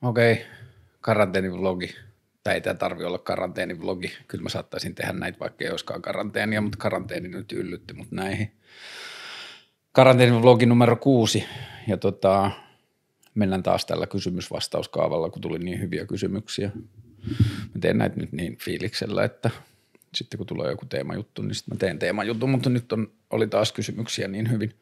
Okei, karanteenivlogi. Tai ei tämä tarvitse olla karanteenivlogi. Kyllä mä saattaisin tehdä näitä, vaikka ei olisikaan karanteenia, mutta karanteeni nyt yllytti mut näihin. Karanteenivlogi numero 6. Ja mennään taas tällä kysymysvastauskaavalla, kun tuli niin hyviä kysymyksiä. Mä teen näitä nyt niin fiiliksellä, että sitten kun tulee joku teemajuttu, niin sitten mä teen teemajutun, mutta nyt oli taas kysymyksiä niin hyvin.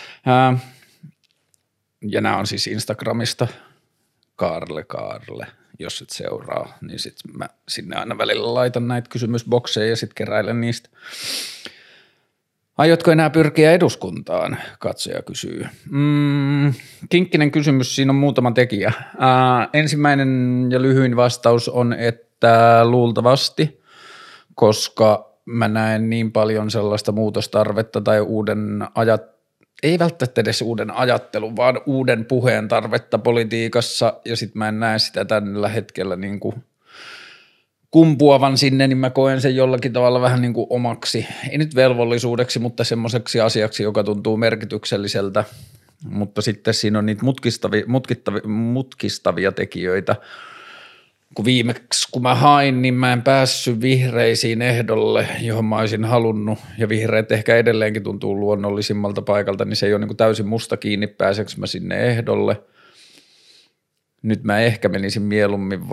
Ja nämä on siis Instagramista. Kaarle, jos et seuraa, niin sitten mä sinne aina välillä laitan näitä kysymysbokseja ja sitten keräilen niistä. Aiotko enää pyrkiä eduskuntaan, katsoja kysyy. Kinkkinen kysymys, siinä on muutama tekijä. Ensimmäinen ja lyhyin vastaus on, että luultavasti, koska mä näen niin paljon sellaista muutostarvetta tai ei välttämättä edes uuden ajattelun, vaan uuden puheen tarvetta politiikassa, ja sitten mä en näe sitä tällä hetkellä niin kuin kumpuavan sinne, niin mä koen sen jollakin tavalla vähän niin kuin omaksi, ei nyt velvollisuudeksi, mutta semmoiseksi asiaksi, joka tuntuu merkitykselliseltä, mutta sitten siinä on niitä mutkistavia tekijöitä. Kun viimeksi kun mä hain, niin mä en päässyt vihreisiin ehdolle, johon mä olisin halunnut, ja vihreät ehkä edelleenkin tuntuu luonnollisimmalta paikalta, niin se ei ole niin kuin täysin musta kiinni, pääseekö mä sinne ehdolle. Nyt mä ehkä menisin mieluummin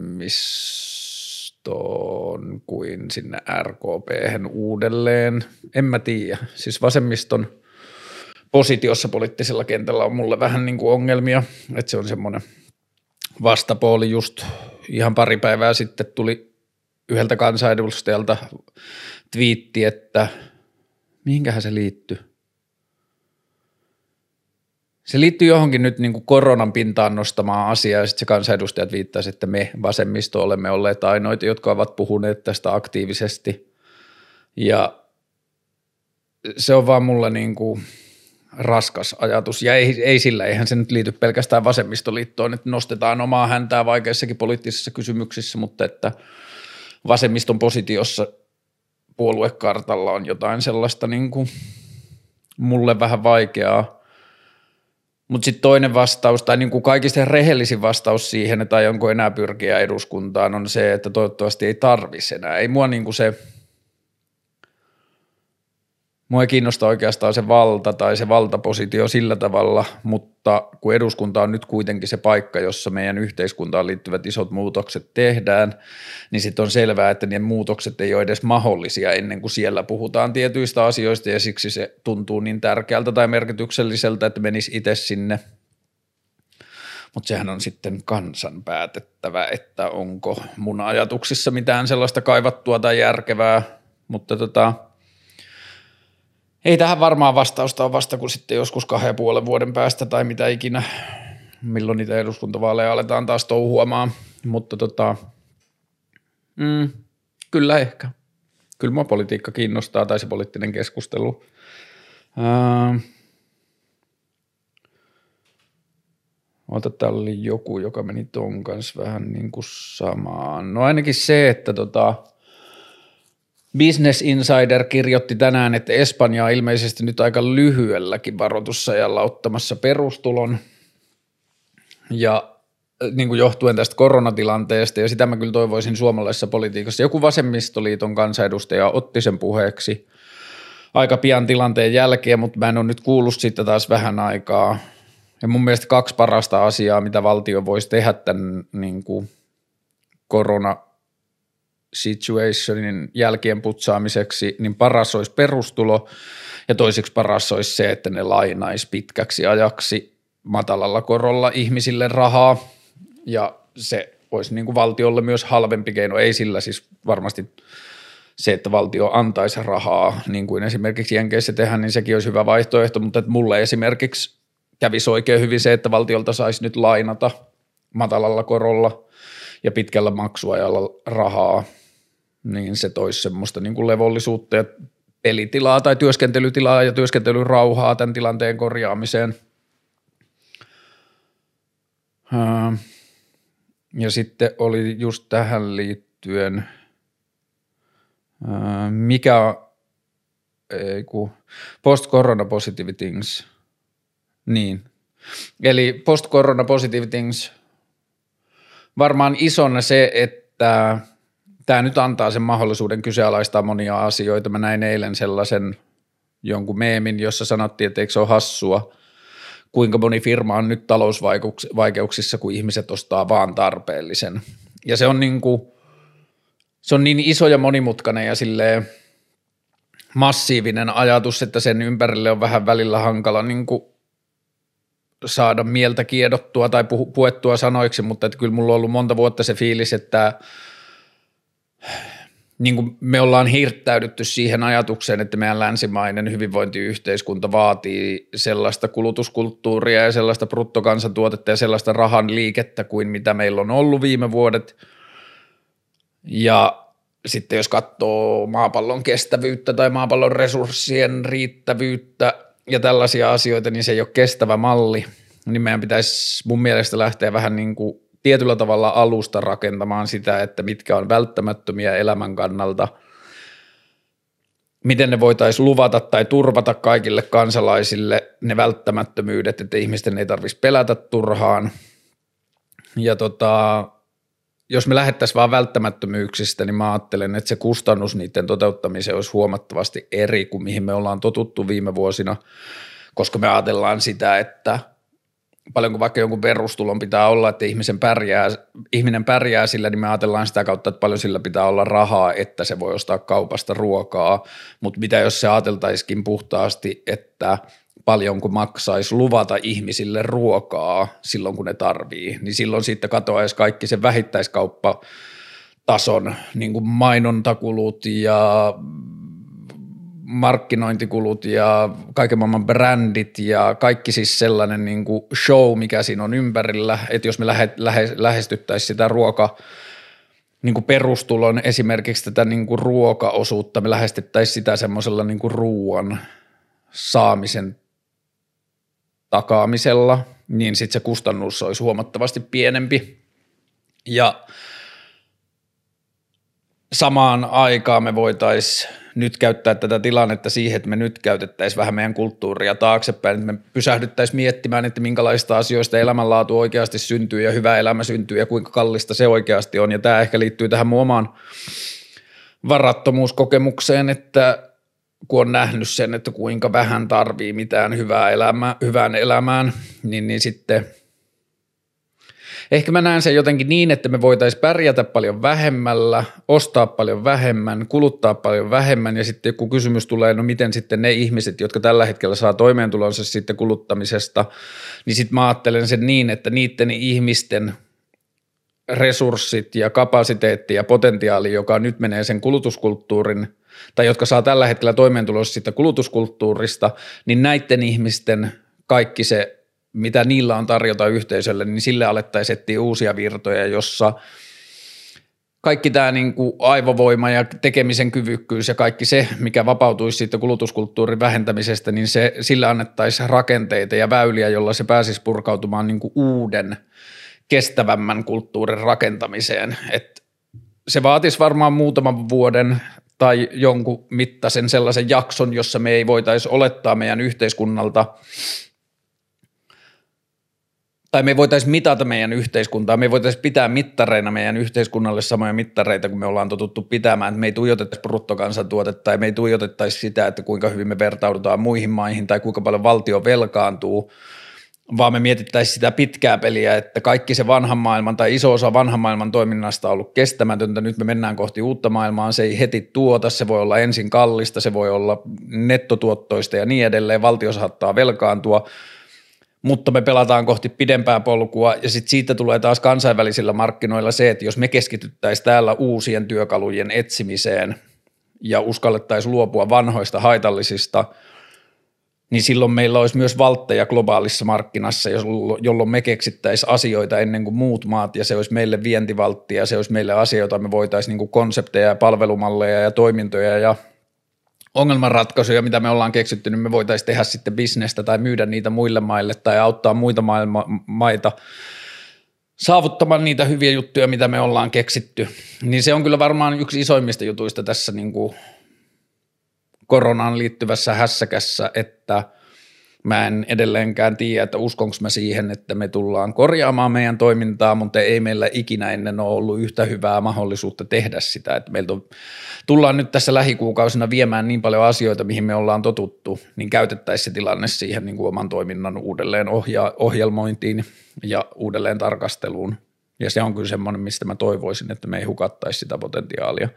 vasemmistoon kuin sinne RKP:hen uudelleen. En mä tiedä. Siis vasemmiston positiossa poliittisella kentällä on mulle vähän niin kuin ongelmia, että se on semmoinen vastapuoli. Just ihan pari päivää sitten tuli yhdeltä kansanedustajalta twiitti, että mihinkähän se liittyy? Se liittyy johonkin nyt niin kuin koronan pintaan nostamaan asiaa, ja sitten se kansanedustajat viittasi, että me vasemmisto olemme olleet ainoita, jotka ovat puhuneet tästä aktiivisesti, ja se on vaan mulla niin kuin raskas ajatus, ja eihän se nyt liity pelkästään vasemmistoliittoon, että nostetaan omaa häntää vaikeissakin poliittisissa kysymyksissä, mutta että vasemmiston positiossa puoluekartalla on jotain sellaista niin kuin mulle vähän vaikeaa. Mutta sitten toinen vastaus, tai niin kuin kaikista rehellisin vastaus siihen, että aionko enää pyrkiä eduskuntaan, on se, että toivottavasti ei tarvitsisi enää. Ei mua niin kuin mua ei kiinnosta oikeastaan se valta tai se valtapositio sillä tavalla, mutta kun eduskunta on nyt kuitenkin se paikka, jossa meidän yhteiskuntaan liittyvät isot muutokset tehdään, niin sitten on selvää, että ne muutokset ei ole edes mahdollisia ennen kuin siellä puhutaan tietyistä asioista, ja siksi se tuntuu niin tärkeältä tai merkitykselliseltä, että menisi itse sinne. Mutta sehän on sitten kansan päätettävä, että onko mun ajatuksissa mitään sellaista kaivattua tai järkevää, mutta ei tähän varmaan vastausta ole vasta kuin sitten joskus 2,5 vuoden päästä tai mitä ikinä, milloin niitä eduskuntavaaleja aletaan taas touhuamaan, mutta kyllä ehkä. Kyllä mua politiikka kiinnostaa tai se poliittinen keskustelu. Täällä oli joku, joka meni ton kanssa vähän niin kuin samaan. No ainakin se, että Business Insider kirjoitti tänään, että Espanja on ilmeisesti nyt aika lyhyelläkin varoitusajalla ottamassa perustulon, ja niin kuin johtuen tästä koronatilanteesta, ja sitä mä kyllä toivoisin suomalaisessa politiikassa. Joku vasemmistoliiton kansanedustaja otti sen puheeksi aika pian tilanteen jälkeen, mutta mä en ole nyt kuullut siitä taas vähän aikaa. Ja mun mielestä 2 parasta asiaa, mitä valtio voisi tehdä tämän niin kuin situationin jälkien putsaamiseksi, niin paras olisi perustulo, ja toiseksi paras olisi se, että ne lainaisi pitkäksi ajaksi matalalla korolla ihmisille rahaa, ja se olisi niin kuin valtiolle myös halvempi keino, ei sillä siis varmasti se, että valtio antaisi rahaa, niin kuin esimerkiksi Jenkeissä tehdään, niin sekin olisi hyvä vaihtoehto, mutta että mulle esimerkiksi kävisi oikein hyvin se, että valtiolta saisi nyt lainata matalalla korolla ja pitkällä maksuajalla rahaa, niin se toisi semmoista niin kuin levollisuutta ja pelitilaa tai työskentelytilaa ja työskentelyrauhaa tämän tilanteen korjaamiseen. Ja sitten oli just tähän liittyen, post-corona positive things, niin, eli post-corona positive things varmaan isona se, että tämä nyt antaa sen mahdollisuuden kyseenalaistaa monia asioita. Mä näin eilen sellaisen jonkun meemin, jossa sanottiin, että eikö se ole hassua, kuinka moni firma on nyt talousvaikeuksissa, kun ihmiset ostaa vaan tarpeellisen. Ja se on niin iso ja monimutkainen ja silleen massiivinen ajatus, että sen ympärille on vähän välillä hankala niin kuin saada mieltä kiedottua tai puettua sanoiksi, mutta että kyllä mulla on ollut monta vuotta se fiilis, että niin kuin me ollaan hirttäydytty siihen ajatukseen, että meidän länsimainen hyvinvointiyhteiskunta vaatii sellaista kulutuskulttuuria ja sellaista bruttokansantuotetta ja sellaista rahan liikettä kuin mitä meillä on ollut viime vuodet. Ja sitten jos katsoo maapallon kestävyyttä tai maapallon resurssien riittävyyttä ja tällaisia asioita, niin se ei ole kestävä malli. Niin meidän pitäisi mun mielestä lähteä vähän niin kuin tietyllä tavalla alusta rakentamaan sitä, että mitkä on välttämättömiä elämän kannalta, miten ne voitaisiin luvata tai turvata kaikille kansalaisille ne välttämättömyydet, että ihmisten ei tarvitsisi pelätä turhaan. Ja jos me lähdettäisiin vaan välttämättömyyksistä, niin mä ajattelen, että se kustannus niiden toteuttamiseen olisi huomattavasti eri kuin mihin me ollaan totuttu viime vuosina, koska me ajatellaan sitä, että paljonko vaikka jonkun perustulon pitää olla, että ihminen pärjää sillä, niin me ajatellaan sitä kautta, että paljon sillä pitää olla rahaa, että se voi ostaa kaupasta ruokaa, mutta mitä jos se ajateltaisikin puhtaasti, että paljonko maksaisi luvata ihmisille ruokaa silloin, kun ne tarvii, niin silloin siitä katoaisi kaikki se vähittäiskauppatason niin kuin mainontakulut ja markkinointikulut ja kaiken maailman brändit ja kaikki siis sellainen niin kuin show, mikä siinä on ympärillä, että jos me lähestyttäisiin sitä niin kuin perustulon esimerkiksi tätä niin kuin ruokaosuutta, me lähestyttäisiin sitä semmoisella niin kuin ruoan saamisen takaamisella, niin sitten se kustannus olisi huomattavasti pienempi ja samaan aikaan me voitaisiin nyt käyttää tätä tilannetta siihen, että me nyt käytettäisiin vähän meidän kulttuuria taaksepäin, että me pysähdyttäisiin miettimään, että minkälaista asioista elämänlaatu oikeasti syntyy ja hyvä elämä syntyy ja kuinka kallista se oikeasti on. Ja tämä ehkä liittyy tähän mun omaan varattomuuskokemukseen, että kun on nähnyt sen, että kuinka vähän tarvii mitään hyvään elämään, niin sitten ehkä mä näen sen jotenkin niin, että me voitaisiin pärjätä paljon vähemmällä, ostaa paljon vähemmän, kuluttaa paljon vähemmän ja sitten kun kysymys tulee, no miten sitten ne ihmiset, jotka tällä hetkellä saa toimeentulonsa sitten kuluttamisesta, niin sitten mä ajattelen sen niin, että niiden ihmisten resurssit ja kapasiteetti ja potentiaali, joka nyt menee sen kulutuskulttuurin tai jotka saa tällä hetkellä toimeentulossa siitä kulutuskulttuurista, niin näiden ihmisten kaikki se, mitä niillä on tarjota yhteisölle, niin sille alettaisiin etsiä uusia virtoja, jossa kaikki tämä niin kuin aivovoima ja tekemisen kyvykkyys ja kaikki se, mikä vapautuisi siitä kulutuskulttuurin vähentämisestä, niin sille annettaisiin rakenteita ja väyliä, jolla se pääsisi purkautumaan niin kuin uuden kestävämmän kulttuurin rakentamiseen. Et se vaatisi varmaan muutaman vuoden tai jonkun mittaisen sellaisen jakson, jossa me ei voitaisi olettaa meidän yhteiskunnalta tai me ei voitaisiin mitata meidän yhteiskuntaa, me ei voitaisiin pitää mittareina meidän yhteiskunnalle samoja mittareita, kun me ollaan totuttu pitämään, että me ei tuijotettaisi bruttokansantuotetta tai me ei tuijotettaisi sitä, että kuinka hyvin me vertaudutaan muihin maihin tai kuinka paljon valtio velkaantuu, vaan me mietittäisiin sitä pitkää peliä, että kaikki se vanhan maailman tai iso osa vanhan maailman toiminnasta on ollut kestämätöntä, nyt me mennään kohti uutta maailmaa, se ei heti tuota, se voi olla ensin kallista, se voi olla nettotuottoista ja niin edelleen, valtio saattaa velkaantua, mutta me pelataan kohti pidempää polkua ja sitten siitä tulee taas kansainvälisillä markkinoilla se, että jos me keskityttäisiin täällä uusien työkalujen etsimiseen ja uskallettaisiin luopua vanhoista haitallisista, niin silloin meillä olisi myös valtteja globaalissa markkinassa, jolloin me keksittäisiin asioita ennen kuin muut maat ja se olisi meille vientivaltti ja se olisi meille asia, jota me voitaisiin niin kuin konsepteja ja palvelumalleja ja toimintoja ja ongelmanratkaisuja, mitä me ollaan keksitty, niin me voitaisiin tehdä sitten bisnestä tai myydä niitä muille maille tai auttaa muita maita saavuttamaan niitä hyviä juttuja, mitä me ollaan keksitty. Niin se on kyllä varmaan yksi isoimmista jutuista tässä niin kuin koronaan liittyvässä hässäkässä, että Mä en edelleenkään tiedä, että uskonko mä siihen, että me tullaan korjaamaan meidän toimintaa, mutta ei meillä ikinä ennen ole ollut yhtä hyvää mahdollisuutta tehdä sitä, että meiltä tullaan nyt tässä lähikuukausina viemään niin paljon asioita, mihin me ollaan totuttu, niin käytettäisiin se tilanne siihen niin kuin oman toiminnan uudelleen ohjelmointiin ja uudelleen tarkasteluun. Ja se on kyllä semmoinen, mistä mä toivoisin, että me ei hukattaisi sitä potentiaalia.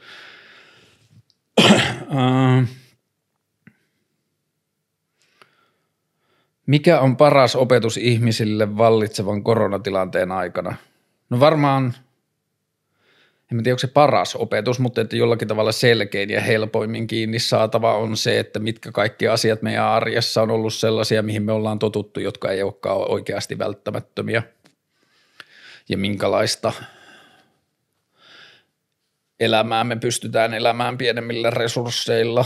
Mikä on paras opetus ihmisille vallitsevan koronatilanteen aikana? No varmaan, en tiedä onko se paras opetus, mutta että jollakin tavalla selkein ja helpoimmin kiinni saatava on se, että mitkä kaikki asiat meidän arjessa on ollut sellaisia, mihin me ollaan totuttu, jotka ei olekaan oikeasti välttämättömiä. Ja minkälaista elämää me pystytään elämään pienemmillä resursseilla.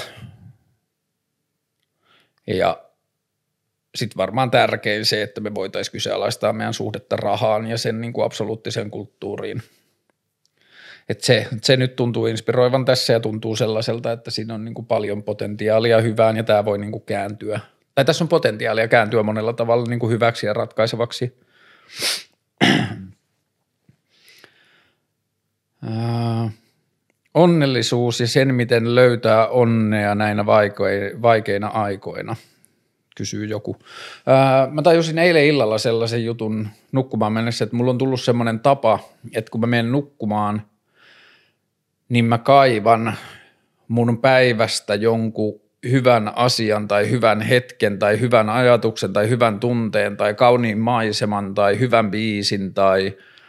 Ja sitten varmaan tärkein se, että me voitaisiin kyseenalaistaa meidän suhdetta rahaan ja sen niin kuin absoluuttiseen kulttuuriin. Että se nyt tuntuu inspiroivan tässä ja tuntuu sellaiselta, että siinä on niin kuin paljon potentiaalia hyvään ja tämä voi niin kuin kääntyä. Tai tässä on potentiaalia kääntyä monella tavalla niin kuin hyväksi ja ratkaisevaksi. Onnellisuus ja sen, miten löytää onnea näinä vaikeina aikoina, kysyy joku. Mä tajusin eilen illalla sellaisen jutun nukkumaan mennessä, että mulla on tullut semmoinen tapa, että kun mä menen nukkumaan, niin mä kaivan mun päivästä jonkun hyvän asian tai hyvän hetken tai hyvän ajatuksen tai hyvän tunteen tai kauniin maiseman tai hyvän biisin tai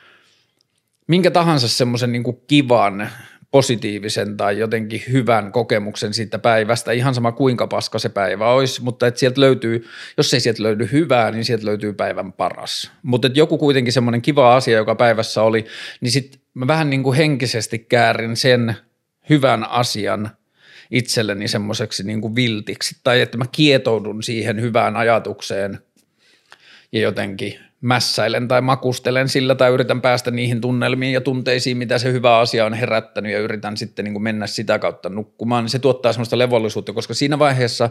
minkä tahansa semmoisen niin kuin kivan, positiivisen tai jotenkin hyvän kokemuksen siitä päivästä, ihan sama kuinka paska se päivä olisi, mutta että sieltä löytyy, jos ei sieltä löydy hyvää, niin sieltä löytyy päivän paras. Mutta että joku kuitenkin semmoinen kiva asia, joka päivässä oli, niin sitten mä vähän niin kuin henkisesti käärin sen hyvän asian itselleni semmoiseksi niin kuin viltiksi, tai että mä kietoudun siihen hyvään ajatukseen ja jotenkin mässäilen tai makustelen sillä tai yritän päästä niihin tunnelmiin ja tunteisiin, mitä se hyvä asia on herättänyt ja yritän sitten niin kuin mennä sitä kautta nukkumaan, niin se tuottaa semmoista levollisuutta, koska siinä vaiheessa,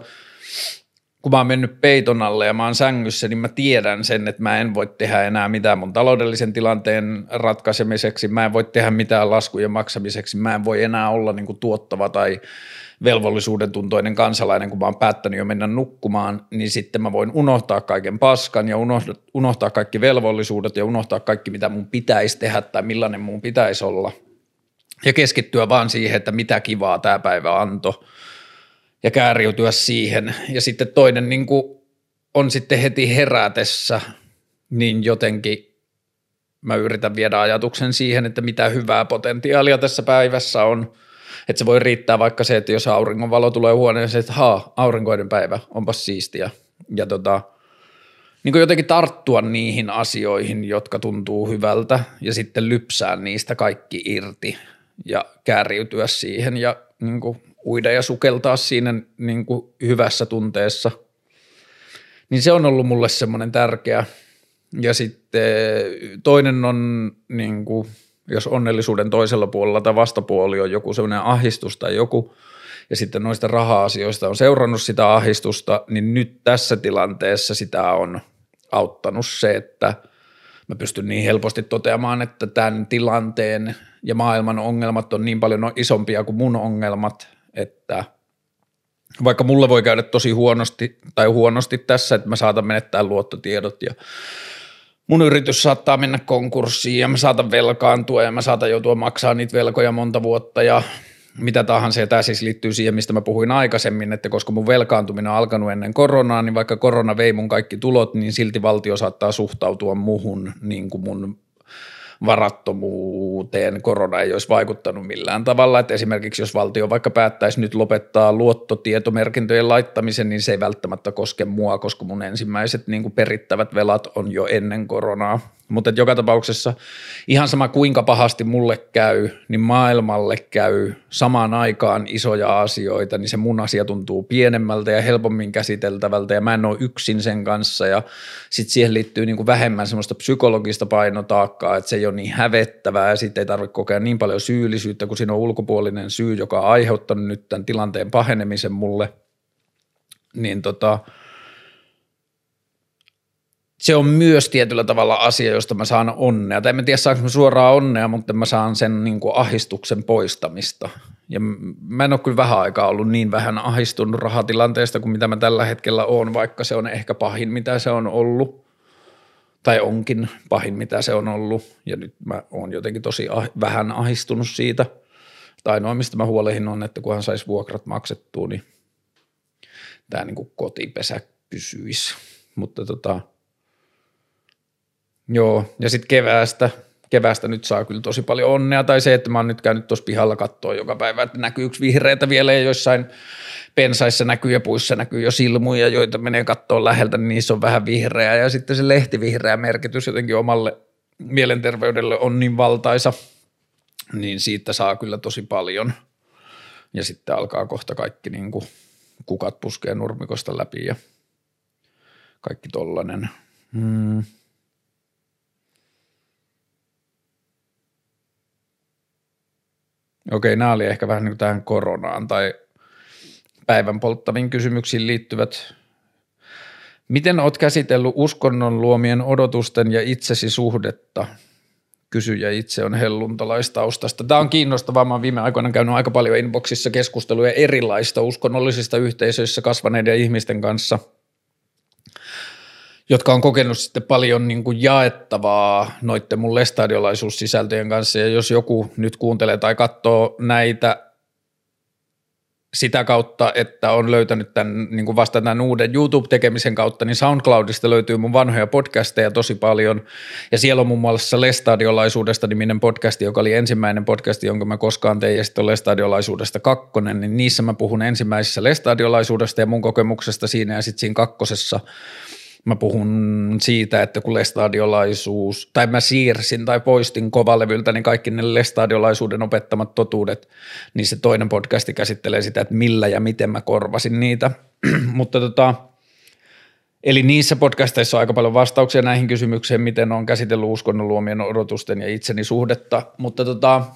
kun mä oon mennyt peiton alle ja mä oon sängyssä, niin mä tiedän sen, että mä en voi tehdä enää mitään mun taloudellisen tilanteen ratkaisemiseksi, mä en voi tehdä mitään laskujen maksamiseksi, mä en voi enää olla niin kuin tuottava tai velvollisuuden tuntoinen kansalainen, kun mä oon päättänyt jo mennä nukkumaan, niin sitten mä voin unohtaa kaiken paskan ja unohtaa kaikki velvollisuudet ja unohtaa kaikki, mitä mun pitäisi tehdä tai millainen mun pitäisi olla ja keskittyä vaan siihen, että mitä kivaa tämä päivä antoi ja kääriytyä siihen. Ja sitten toinen niin kuin on sitten heti herätessä, niin jotenkin mä yritän viedä ajatuksen siihen, että mitä hyvää potentiaalia tässä päivässä on. Että se voi riittää vaikka se, että jos auringonvalo tulee huoneeseen, että aurinkoinen päivä, onpas siistiä. Ja niin kuin jotenkin tarttua niihin asioihin, jotka tuntuu hyvältä ja sitten lypsää niistä kaikki irti ja kääriytyä siihen ja niin kuin uida ja sukeltaa siinä niin kuin hyvässä tunteessa. Niin se on ollut mulle semmoinen tärkeä. Ja sitten toinen on niin kuin jos onnellisuuden toisella puolella tai vastapuoli on joku sellainen ahdistus tai joku, ja sitten noista raha-asioista on seurannut sitä ahdistusta, niin nyt tässä tilanteessa sitä on auttanut se, että mä pystyn niin helposti toteamaan, että tämän tilanteen ja maailman ongelmat on niin paljon isompia kuin mun ongelmat, että vaikka mulle voi käydä tosi huonosti tässä, että mä saatan menettää luottotiedot ja mun yritys saattaa mennä konkurssiin ja mä saatan velkaantua ja mä saatan joutua maksaa niitä velkoja monta vuotta ja mitä tahansa. Ja tämä siis liittyy siihen, mistä mä puhuin aikaisemmin, että koska mun velkaantuminen on alkanut ennen koronaa, niin vaikka korona vei mun kaikki tulot, niin silti valtio saattaa suhtautua muhun niin kuin mun varattomuuteen korona ei olisi vaikuttanut millään tavalla, että esimerkiksi jos valtio vaikka päättäisi nyt lopettaa luottotietomerkintöjen laittamisen, niin se ei välttämättä koske mua, koska mun ensimmäiset niin kuin perittävät velat on jo ennen koronaa, mutta joka tapauksessa ihan sama kuinka pahasti mulle käy, niin maailmalle käy samaan aikaan isoja asioita, niin se mun asia tuntuu pienemmältä ja helpommin käsiteltävältä ja mä en ole yksin sen kanssa ja sitten siihen liittyy niin kuin vähemmän semmoista psykologista painotaakkaa, että se ei ole niin hävettävää ja sitten ei tarvitse kokea niin paljon syyllisyyttä, kun siinä on ulkopuolinen syy, joka on aiheuttanut nyt tämän tilanteen pahenemisen mulle, niin se on myös tietyllä tavalla asia, josta mä saan onnea. Tai en tiedä, saanko mä suoraan onnea, mutta mä saan sen niin kuin ahdistuksen poistamista. Ja mä en ole kyllä vähän aikaa ollut niin vähän ahdistunut rahatilanteesta kuin mitä mä tällä hetkellä oon, vaikka se on ehkä pahin, mitä se on ollut. Tai onkin pahin, mitä se on ollut. Ja nyt mä oon jotenkin tosi vähän ahdistunut siitä. Tai ainoa, mistä mä huolehin on, että kunhan sais vuokrat maksettua, niin tää niin kuin kotipesä pysyisi. Mutta joo, ja sitten keväästä nyt saa kyllä tosi paljon onnea, tai se, että mä oon nyt käynyt tuossa pihalla katsoa joka päivä, että näkyy yksi vihreätä vielä, ja joissain pensaissa näkyy ja puissa näkyy jo silmuja, joita menee katsoa läheltä, niin niissä on vähän vihreää, ja sitten se lehtivihreä merkitys jotenkin omalle mielenterveydelle on niin valtaisa, niin siitä saa kyllä tosi paljon, ja sitten alkaa kohta kaikki niin kuin kukat puskee nurmikosta läpi, ja kaikki tollanen. Okei, nämä oli ehkä vähän niin kuin tähän koronaan tai päivän polttaviin kysymyksiin liittyvät. Miten olet käsitellyt uskonnon luomien odotusten ja itsesi suhdetta? Kysyjä itse on helluntalaistaustaista. Tämä on kiinnostavaa. Mä oon viime aikoina käynyt aika paljon inboxissa keskusteluja erilaisista uskonnollisista yhteisöissä kasvaneiden ihmisten kanssa, jotka on kokenut sitten paljon niin kuin jaettavaa noitten mun lestadiolaisuussisältöjen kanssa, ja jos joku nyt kuuntelee tai katsoo näitä sitä kautta, että on löytänyt tämän niin kuin vasta tämän uuden YouTube-tekemisen kautta, niin SoundCloudista löytyy mun vanhoja podcasteja tosi paljon, ja siellä on muun muassa Lestadiolaisuudesta niminen podcasti, joka oli ensimmäinen podcasti, jonka mä koskaan tein, ja sitten on Lestadiolaisuudesta 2, niin niissä mä puhun ensimmäisessä Lestadiolaisuudesta ja mun kokemuksesta siinä, ja sitten siinä 2. Mä puhun siitä, että kun lestadiolaisuus, tai mä siirsin tai poistin kovalevyltä, niin kaikki ne lestadiolaisuuden opettamat totuudet, niin se toinen podcasti käsittelee sitä, että millä ja miten mä korvasin niitä. Mutta eli niissä podcasteissa on aika paljon vastauksia näihin kysymyksiin, miten on käsitellyt uskonnon luomien odotusten ja itseni suhdetta, mutta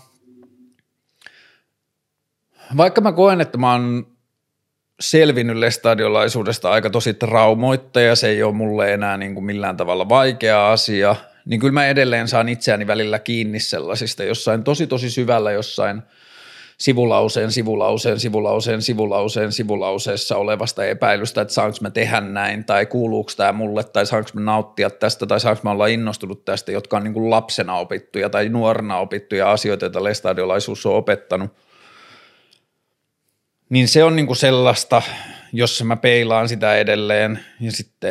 vaikka mä koen, että mä oon selvinnyt lestadiolaisuudesta aika tosi traumoitta ja se ei ole mulle enää niin kuin millään tavalla vaikea asia, niin kyllä mä edelleen saan itseäni välillä kiinni sellaisista jossain tosi syvällä jossain sivulauseessa olevasta epäilystä, että saanko mä tehdä näin tai kuuluuko tämä mulle tai saanko mä nauttia tästä tai saanko mä olla innostunut tästä, jotka on niin kuin lapsena opittuja tai nuorena opittuja asioita, joita lestadiolaisuus on opettanut. Niin se on niinku sellaista, jossa mä peilaan sitä edelleen ja sitten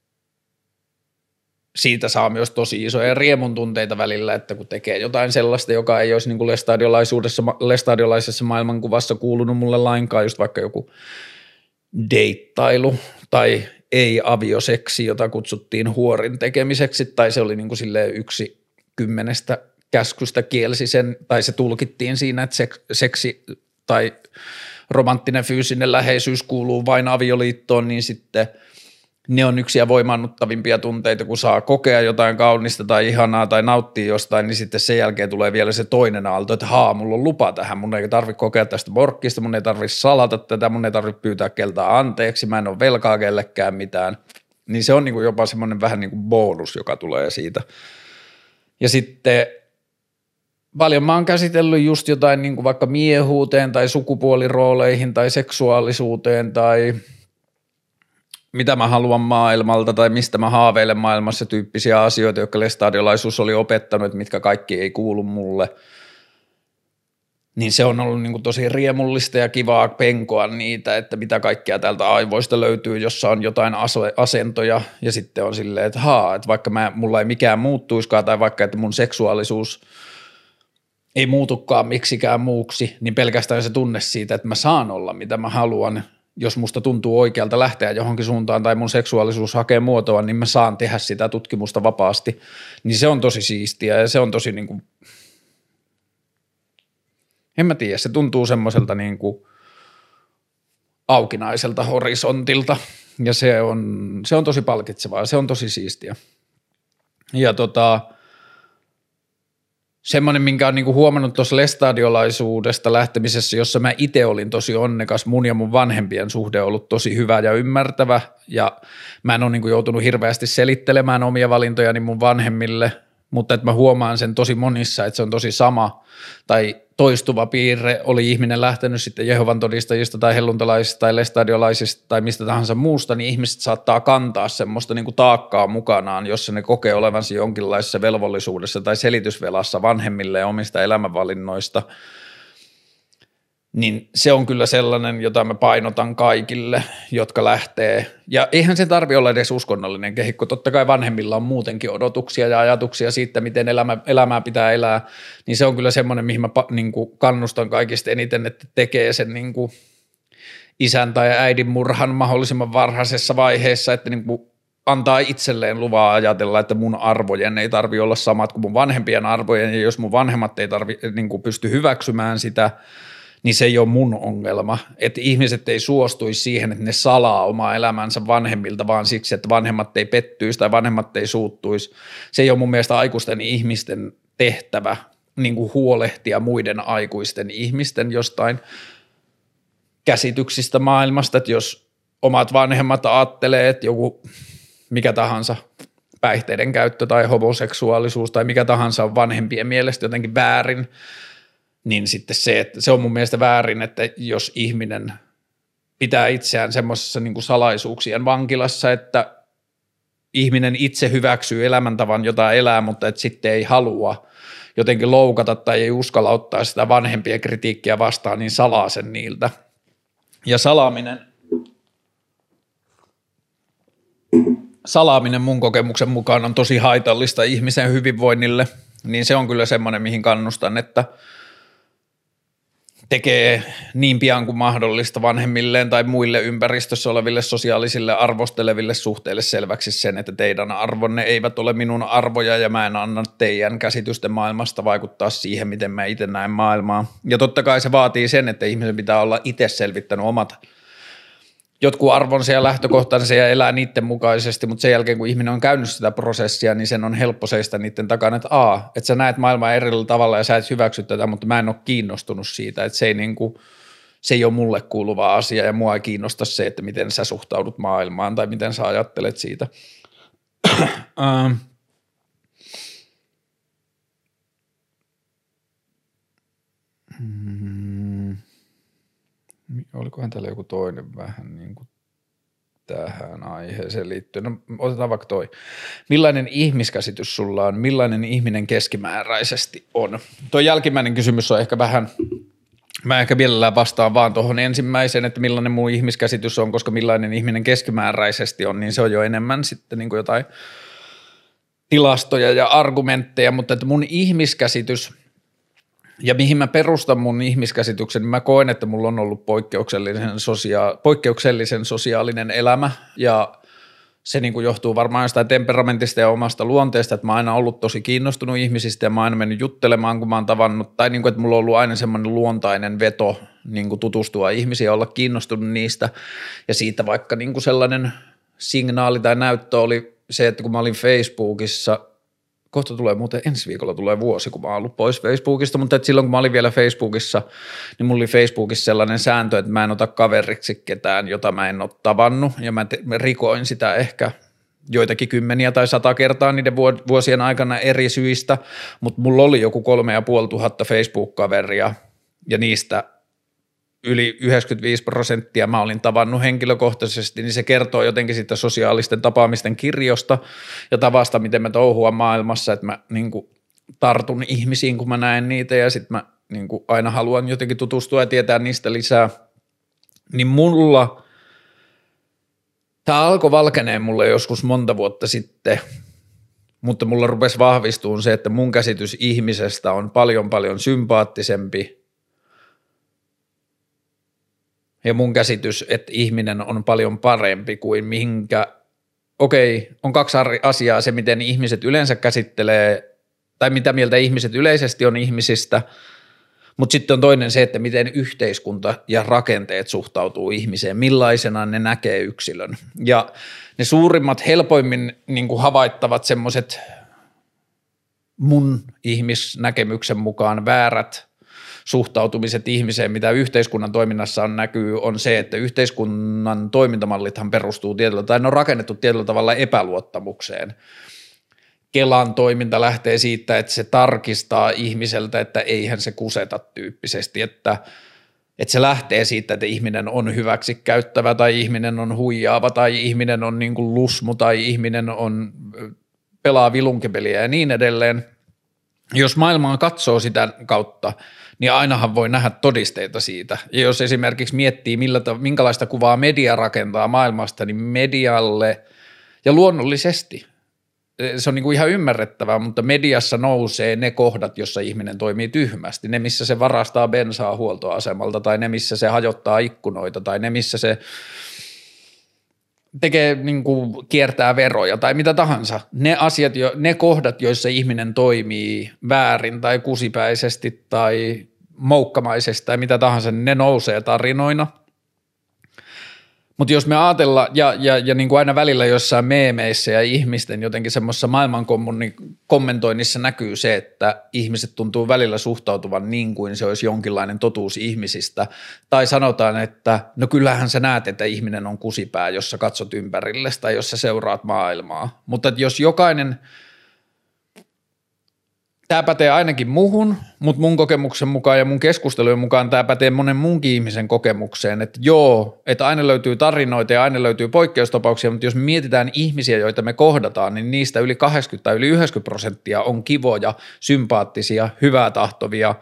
siitä saa myös tosi isoja riemun tunteita välillä, että kun tekee jotain sellaista, joka ei olisi niinku lestadiolaisessa maailmankuvassa kuulunut mulle lainkaan, just vaikka joku deittailu tai ei-avioseksi, jota kutsuttiin huorin tekemiseksi, tai se oli niinku silleen 1/10 käskystä kielsi sen, tai se tulkittiin siinä, että seksi tai romanttinen fyysinen läheisyys kuuluu vain avioliittoon, niin sitten ne on yksiä voimaannuttavimpia tunteita, kun saa kokea jotain kaunista tai ihanaa tai nauttia jostain, niin sitten sen jälkeen tulee vielä se toinen aalto, että mulla on lupa tähän, mun ei tarvitse kokea tästä morkkista, mun ei tarvitse salata tätä, mun ei tarvitse pyytää keltaa anteeksi, mä en ole velkaa kellekään mitään, niin se on niin kuin jopa semmoinen vähän niin kuin bonus, joka tulee siitä. Ja sitten paljon mä oon käsitellyt just jotain niin kuin vaikka miehuuteen tai sukupuolirooleihin tai seksuaalisuuteen tai mitä mä haluan maailmalta tai mistä mä haaveilen maailmassa tyyppisiä asioita, jotka lestadiolaisuus oli opettanut, että mitkä kaikki ei kuulu mulle. Niin se on ollut niin kuin tosi riemullista ja kivaa penkoa niitä, että mitä kaikkea täältä aivoista löytyy, jossa on jotain asentoja ja sitten on silleen, että että vaikka mulla ei mikään muuttuiskaan tai vaikka että mun seksuaalisuus ei muutukaan miksikään muuksi, niin pelkästään se tunne siitä, että mä saan olla mitä mä haluan, jos musta tuntuu oikealta lähteä johonkin suuntaan tai mun seksuaalisuus hakee muotoa, niin mä saan tehdä sitä tutkimusta vapaasti, niin se on tosi siistiä ja se on tosi niin kuin, en mä tiedä, se tuntuu semmoiselta niin kuin aukinaiselta horisontilta ja se on tosi palkitsevaa ja se on tosi siistiä. Ja semmoinen, minkä on niinku huomannut tuossa lestadiolaisuudesta lähtemisessä, jossa mä itse olin tosi onnekas, mun ja mun vanhempien suhde on ollut tosi hyvä ja ymmärtävä, ja mä en ole niinku joutunut hirveästi selittelemään omia valintojani mun vanhemmille, mutta että mä huomaan sen tosi monissa, että se on tosi sama tai toistuva piirre, oli ihminen lähtenyt sitten Jehovan todistajista tai helluntalaisista tai lestadiolaisista tai mistä tahansa muusta, niin ihmiset saattaa kantaa semmoista niinku taakkaa mukanaan, jossa ne kokee olevansa jonkinlaisessa velvollisuudessa tai selitysvelassa vanhemmille ja omista elämänvalinnoista, niin se on kyllä sellainen, jota mä painotan kaikille, jotka lähtee. Ja eihän sen tarvitse olla edes uskonnollinen kehikko. Totta kai vanhemmilla on muutenkin odotuksia ja ajatuksia siitä, miten elämää pitää elää. Niin se on kyllä semmoinen, mihin mä niin kuin kannustan kaikista eniten, että tekee sen niin kuin isän tai äidin murhan mahdollisimman varhaisessa vaiheessa, että niin kuin antaa itselleen luvaa ajatella, että mun arvojen ei tarvitse olla samat kuin mun vanhempien arvojen. Ja jos mun vanhemmat ei niin kuin pysty hyväksymään sitä, niin se ei ole mun ongelma, että ihmiset ei suostuisi siihen, että ne salaa omaa elämänsä vanhemmilta vaan siksi, että vanhemmat ei pettyisi tai vanhemmat ei suuttuisi. Se ei ole mun mielestä aikuisten ihmisten tehtävä niin kuin huolehtia muiden aikuisten ihmisten jostain käsityksistä maailmasta, että jos omat vanhemmat ajattelee, että joku mikä tahansa päihteiden käyttö tai homoseksuaalisuus tai mikä tahansa on vanhempien mielestä jotenkin väärin, niin sitten se, että se on mun mielestä väärin, että jos ihminen pitää itseään semmoisessa niin kuin salaisuuksien vankilassa, että ihminen itse hyväksyy elämäntavan, jota elää, mutta että sitten ei halua jotenkin loukata tai ei uskalla ottaa sitä vanhempien kritiikkiä vastaan, niin salaa sen niiltä. Ja salaaminen mun kokemuksen mukaan on tosi haitallista ihmisen hyvinvoinnille, niin se on kyllä semmoinen, mihin kannustan, että tekee niin pian kuin mahdollista vanhemmilleen tai muille ympäristössä oleville sosiaalisille arvosteleville suhteille selväksi sen, että teidän arvonne eivät ole minun arvoja ja mä en anna teidän käsitysten maailmasta vaikuttaa siihen, miten mä itse näen maailmaa. Ja totta kai se vaatii sen, että ihmisen pitää olla itse selvittänyt omat jotkut arvonsa ja lähtökohtansa ja elää niiden mukaisesti, mutta sen jälkeen kun ihminen on käynyt sitä prosessia, niin sen on helppo seistä niiden takana, että että sä näet maailmaa eri tavalla ja sä et hyväksy tätä, mutta mä en ole kiinnostunut siitä, että se ei ole mulle kuuluva asia ja mua ei kiinnosta se, että miten sä suhtaudut maailmaan tai miten sä ajattelet siitä. Olikohan täällä joku toinen vähän niin kuin tähän aiheeseen liittyen? No otetaan vaikka toi. Millainen ihmiskäsitys sulla on? Millainen ihminen keskimääräisesti on? Tuo jälkimmäinen kysymys on ehkä vähän, mä ehkä mielellään vastaan vaan tuohon ensimmäiseen, että millainen mun ihmiskäsitys on, koska millainen ihminen keskimääräisesti on, niin se on jo enemmän sitten niin kuin jotain tilastoja ja argumentteja, mutta että mun ihmiskäsitys ja mihin mä perustan mun ihmiskäsityksen, niin mä koen, että mulla on ollut poikkeuksellisen sosiaalinen elämä ja se niin kuin johtuu varmaan jostain temperamentista ja omasta luonteesta, että mä oon aina ollut tosi kiinnostunut ihmisistä ja mä oon aina mennyt juttelemaan, kun mä oon tavannut, tai niin kuin, että mulla on ollut aina semmoinen luontainen veto niin kuin tutustua ihmisiin ja olla kiinnostunut niistä ja siitä vaikka niin kuin sellainen signaali tai näyttö oli se, että kun mä olin Facebookissa, kohta tulee muuten, ensi viikolla tulee vuosi, kun mä oon ollut pois Facebookista, mutta että silloin kun mä olin vielä Facebookissa, niin mulla oli Facebookissa sellainen sääntö, että mä en ota kaveriksi ketään, jota mä en ole tavannut, ja mä rikoin sitä ehkä joitakin 10 tai 100 kertaa niiden vuosien aikana eri syistä, mutta mulla oli joku 3500 Facebook-kaveria, ja niistä yli 95% mä olin tavannut henkilökohtaisesti, niin se kertoo jotenkin siitä sosiaalisten tapaamisten kirjosta ja tavasta, miten mä touhuan maailmassa, että mä niin kuin tartun ihmisiin, kun mä näen niitä ja sitten mä niin kuin aina haluan jotenkin tutustua ja tietää niistä lisää. Niin mulla, tää alkoi valkeneen mulle joskus monta vuotta sitten, mutta mulla rupesi vahvistumaan se, että mun käsitys ihmisestä on paljon sympaattisempi. Ja mun käsitys, että ihminen on paljon parempi kuin on 2 asiaa, se miten ihmiset yleensä käsittelee, tai mitä mieltä ihmiset yleisesti on ihmisistä, mutta sitten on toinen se, että miten yhteiskunta ja rakenteet suhtautuu ihmiseen, millaisena ne näkee yksilön. Ja ne suurimmat, helpoimmin niin kuin havaittavat semmoiset mun ihmisnäkemyksen mukaan väärät suhtautumiset ihmiseen, mitä yhteiskunnan toiminnassa on näkyy, on se, että yhteiskunnan toimintamallithan perustuu tai ne on rakennettu tietyllä tavalla epäluottamukseen. Kelan toiminta lähtee siitä, että se tarkistaa ihmiseltä, että eihän se kuseta tyyppisesti, että se lähtee siitä, että ihminen on hyväksikäyttävä tai ihminen on huijaava tai ihminen on niin kuin lusmu tai ihminen pelaa vilunkipeliä ja niin edelleen. Jos maailmaa katsoo sitä kautta, niin ainahan voi nähdä todisteita siitä. Ja jos esimerkiksi miettii, minkälaista kuvaa media rakentaa maailmasta, niin medialle ja luonnollisesti se on niin kuin ihan ymmärrettävää, mutta mediassa nousee ne kohdat, jossa ihminen toimii tyhmästi. Ne, missä se varastaa bensaa huoltoasemalta tai ne, missä se hajottaa ikkunoita tai ne, missä se tekee niin kuin kiertää veroja tai mitä tahansa. Ne asiat, ne kohdat, joissa ihminen toimii väärin tai kusipäisesti tai moukkamaisesti tai mitä tahansa, ne nousee tarinoina. Mutta jos me ajatellaan, ja niin kuin aina välillä jossain meemeissä ja ihmisten jotenkin semmoisessa maailman kommentoinnissa näkyy se, että ihmiset tuntuu välillä suhtautuvan niin kuin se olisi jonkinlainen totuus ihmisistä. Tai sanotaan, että no kyllähän sä näet, että ihminen on kusipää, jos sä katsot ympärillesi tai jos sä seuraat maailmaa. Mutta jos jokainen, tämä pätee ainakin muhun, mutta mun kokemuksen mukaan ja mun keskustelujen mukaan tämä pätee monen muunkin ihmisen kokemukseen, että joo, että aina löytyy tarinoita ja aina löytyy poikkeustapauksia, mutta jos me mietitään ihmisiä, joita me kohdataan, niin niistä yli 80 tai yli 90% on kivoja, sympaattisia, hyvää tahtovia,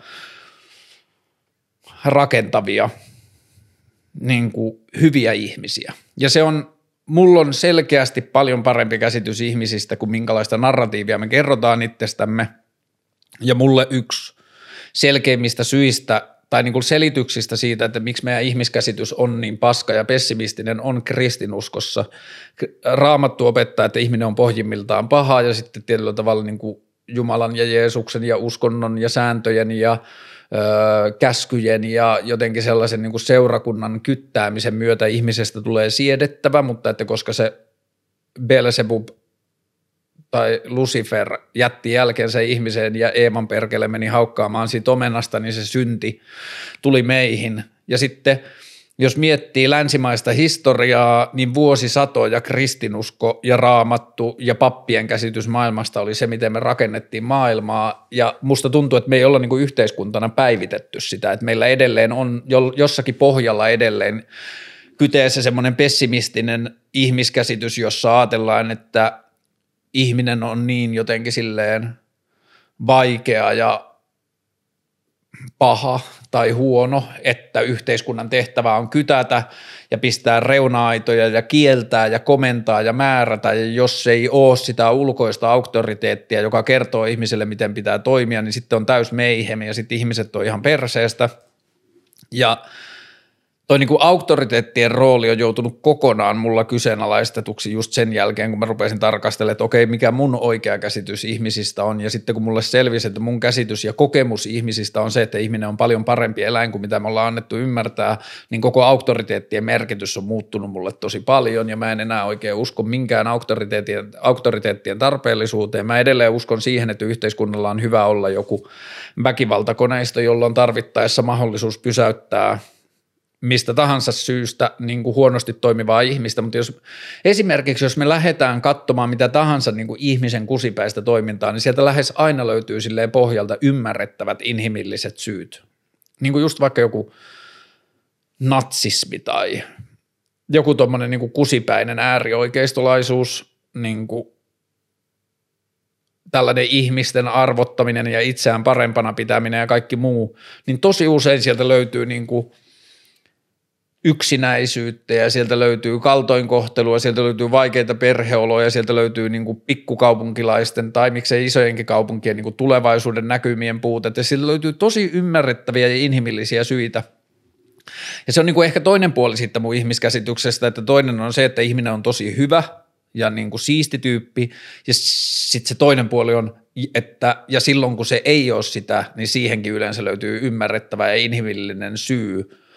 rakentavia, niin kuin hyviä ihmisiä. Ja mulla on selkeästi paljon parempi käsitys ihmisistä kuin minkälaista narratiivia me kerrotaan itsestämme. Ja mulle yksi selkeimmistä syistä tai niin kuin selityksistä siitä, että miksi meidän ihmiskäsitys on niin paska ja pessimistinen, on kristinuskossa. Raamattu opettaa, että ihminen on pohjimmiltaan paha ja sitten tietyllä tavalla niin kuin Jumalan ja Jeesuksen ja uskonnon ja sääntöjen ja käskyjen ja jotenkin sellaisen niin kuin seurakunnan kyttäämisen myötä ihmisestä tulee siedettävä, mutta että koska se Beelzebub tai Lucifer jätti jälkeensä ihmiseen ja Eeman perkele meni haukkaamaan siitä omenasta, niin se synti tuli meihin. Ja sitten jos miettii länsimaista historiaa, niin vuosisatoja kristinusko ja raamattu ja pappien käsitys maailmasta oli se, miten me rakennettiin maailmaa. Ja musta tuntuu, että me ei olla niin kuin yhteiskuntana päivitetty sitä, että meillä edelleen on jossakin pohjalla edelleen kyteessä semmoinen pessimistinen ihmiskäsitys, jossa ajatellaan, että ihminen on niin jotenkin silleen vaikea ja paha tai huono, että yhteiskunnan tehtävä on kytätä ja pistää reuna-aitoja ja kieltää ja komentaa ja määrätä, ja jos ei ole sitä ulkoista auktoriteettia, joka kertoo ihmiselle, miten pitää toimia, niin sitten on täys meihem ja sitten ihmiset on ihan perseestä. Ja toi niin kuin auktoriteettien rooli on joutunut kokonaan mulla kyseenalaistetuksi just sen jälkeen, kun mä rupesin tarkastelemaan, että okei, mikä mun oikea käsitys ihmisistä on, ja sitten kun mulle selvisi, että mun käsitys ja kokemus ihmisistä on se, että ihminen on paljon parempi eläin kuin mitä me ollaan annettu ymmärtää, niin koko auktoriteettien merkitys on muuttunut mulle tosi paljon, ja mä en enää oikein usko minkään auktoriteettien tarpeellisuuteen. Mä edelleen uskon siihen, että yhteiskunnalla on hyvä olla joku väkivaltakoneisto, jolla on tarvittaessa mahdollisuus pysäyttää mistä tahansa syystä niin kuin huonosti toimivaa ihmistä, mutta jos me lähdetään katsomaan mitä tahansa niin kuin ihmisen kusipäistä toimintaa, niin sieltä lähes aina löytyy silleen pohjalta ymmärrettävät inhimilliset syyt. Niin kuin just vaikka joku natsismi tai joku tommoinen niin kuin kusipäinen äärioikeistolaisuus, niin kuin tällainen ihmisten arvottaminen ja itseään parempana pitäminen ja kaikki muu, niin tosi usein sieltä löytyy niin kuin yksinäisyyttä ja sieltä löytyy kaltoinkohtelua, sieltä löytyy vaikeita perheoloja, sieltä löytyy niin kuin pikkukaupunkilaisten tai miksei isojenkin kaupunkien niin kuin tulevaisuuden näkymien puutetta ja sieltä löytyy tosi ymmärrettäviä ja inhimillisiä syitä. Ja se on niin kuin ehkä toinen puoli siitä mun ihmiskäsityksestä, että toinen on se, että ihminen on tosi hyvä ja niin kuin siisti tyyppi ja sitten se toinen puoli on, että ja silloin kun se ei ole sitä, niin siihenkin yleensä löytyy ymmärrettävä ja inhimillinen syy.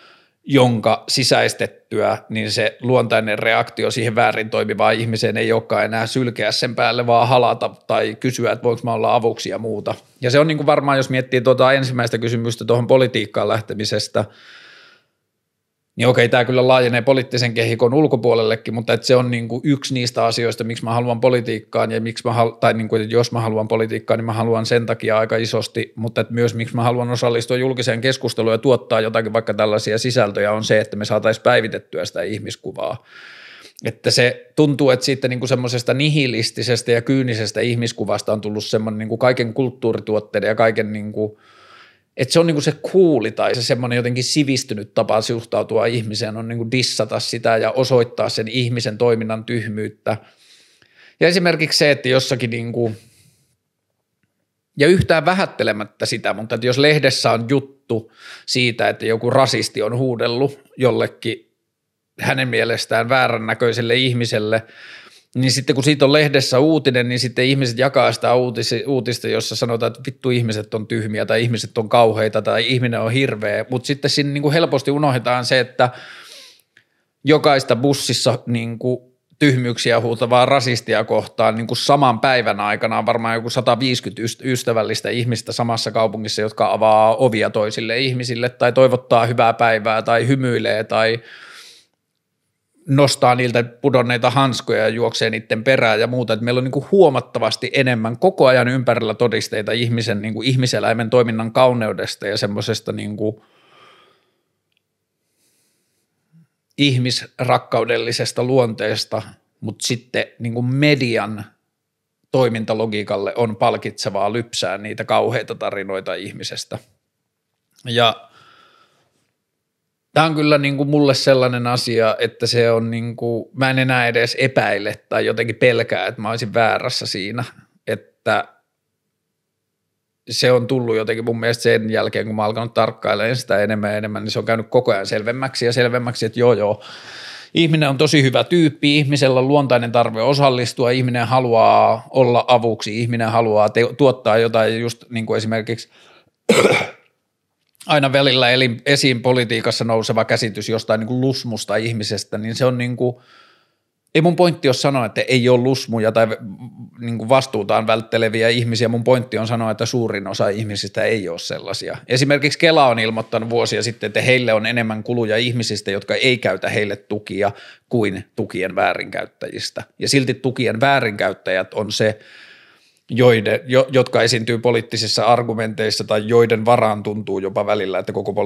jonka sisäistettyä, niin se luontainen reaktio siihen väärin toimivaan ihmiseen ei olekaan enää sylkeä sen päälle, vaan halata tai kysyä, että voinko mä olla avuksi ja muuta. Ja se on niin kuin varmaan, jos miettii tuota ensimmäistä kysymystä tuohon politiikkaan lähtemisestä, niin okei, tämä kyllä laajenee poliittisen kehikon ulkopuolellekin, mutta että se on niin kuin yksi niistä asioista, miksi mä haluan politiikkaan ja miksi tai niin kuin, jos mä haluan politiikkaan, niin mä haluan sen takia aika isosti, mutta että myös miksi mä haluan osallistua julkiseen keskusteluun ja tuottaa jotakin vaikka tällaisia sisältöjä on se, että me saataisiin päivitettyä sitä ihmiskuvaa. Että se tuntuu, että siitä niin kuin semmoisesta nihilistisestä ja kyynisestä ihmiskuvasta on tullut semmoinen niin kuin kaiken kulttuurituotteiden ja kaiken niin kuin että se on niinku se cooli tai se semmoinen jotenkin sivistynyt tapa suhtautua ihmiseen on niinku dissata sitä ja osoittaa sen ihmisen toiminnan tyhmyyttä. Ja esimerkiksi se, että jossakin niinku, ja yhtään vähättelemättä sitä, mutta että jos lehdessä on juttu siitä, että joku rasisti on huudellut jollekin hänen mielestään väärännäköiselle ihmiselle, niin sitten kun siitä on lehdessä uutinen, niin sitten ihmiset jakaa sitä uutista, jossa sanotaan, että vittu ihmiset on tyhmiä tai ihmiset on kauheita tai ihminen on hirveä, mutta sitten siinä niin kuin helposti unohdetaan se, että jokaista bussissa niin kuin tyhmyyksiä huutavaa rasistia kohtaan niin kuin saman päivän aikana on varmaan joku 150 ystävällistä ihmistä samassa kaupungissa, jotka avaa ovia toisille ihmisille tai toivottaa hyvää päivää tai hymyilee tai nostaa niiltä pudonneita hanskoja ja juoksee niiden perään ja muuta, että meillä on niin kuin huomattavasti enemmän koko ajan ympärillä todisteita ihmisen, niin kuin ihmiseläimen toiminnan kauneudesta ja semmoisesta niin kuin ihmisrakkaudellisesta luonteesta, mutta sitten niin kuin median toimintalogiikalle on palkitsevaa lypsää niitä kauheita tarinoita ihmisestä. Ja tämä on kyllä niin kuin mulle sellainen asia, että se on niin kuin, mä en enää edes epäile tai jotenkin pelkää, että mä olisin väärässä siinä, että se on tullut jotenkin mun mielestä sen jälkeen, kun mä oon alkanut tarkkailemaan sitä enemmän ja enemmän, niin se on käynyt koko ajan selvemmäksi ja selvemmäksi, että joo, ihminen on tosi hyvä tyyppi, ihmisellä on luontainen tarve osallistua, ihminen haluaa olla avuksi, ihminen haluaa tuottaa jotain just niin kuin esimerkiksi aina välillä esiin politiikassa nouseva käsitys jostain niin kuin lusmusta ihmisestä, niin se on niin kuin, ei mun pointti ole sanoa, että ei ole lusmuja tai niin kuin vastuutaan vältteleviä ihmisiä, mun pointti on sanoa, että suurin osa ihmisistä ei ole sellaisia. Esimerkiksi Kela on ilmoittanut vuosia sitten, että heille on enemmän kuluja ihmisistä, jotka ei käytä heille tukia kuin tukien väärinkäyttäjistä. Ja silti tukien väärinkäyttäjät on se, jotka esiintyy poliittisissa argumenteissa tai joiden varaan tuntuu jopa välillä, että koko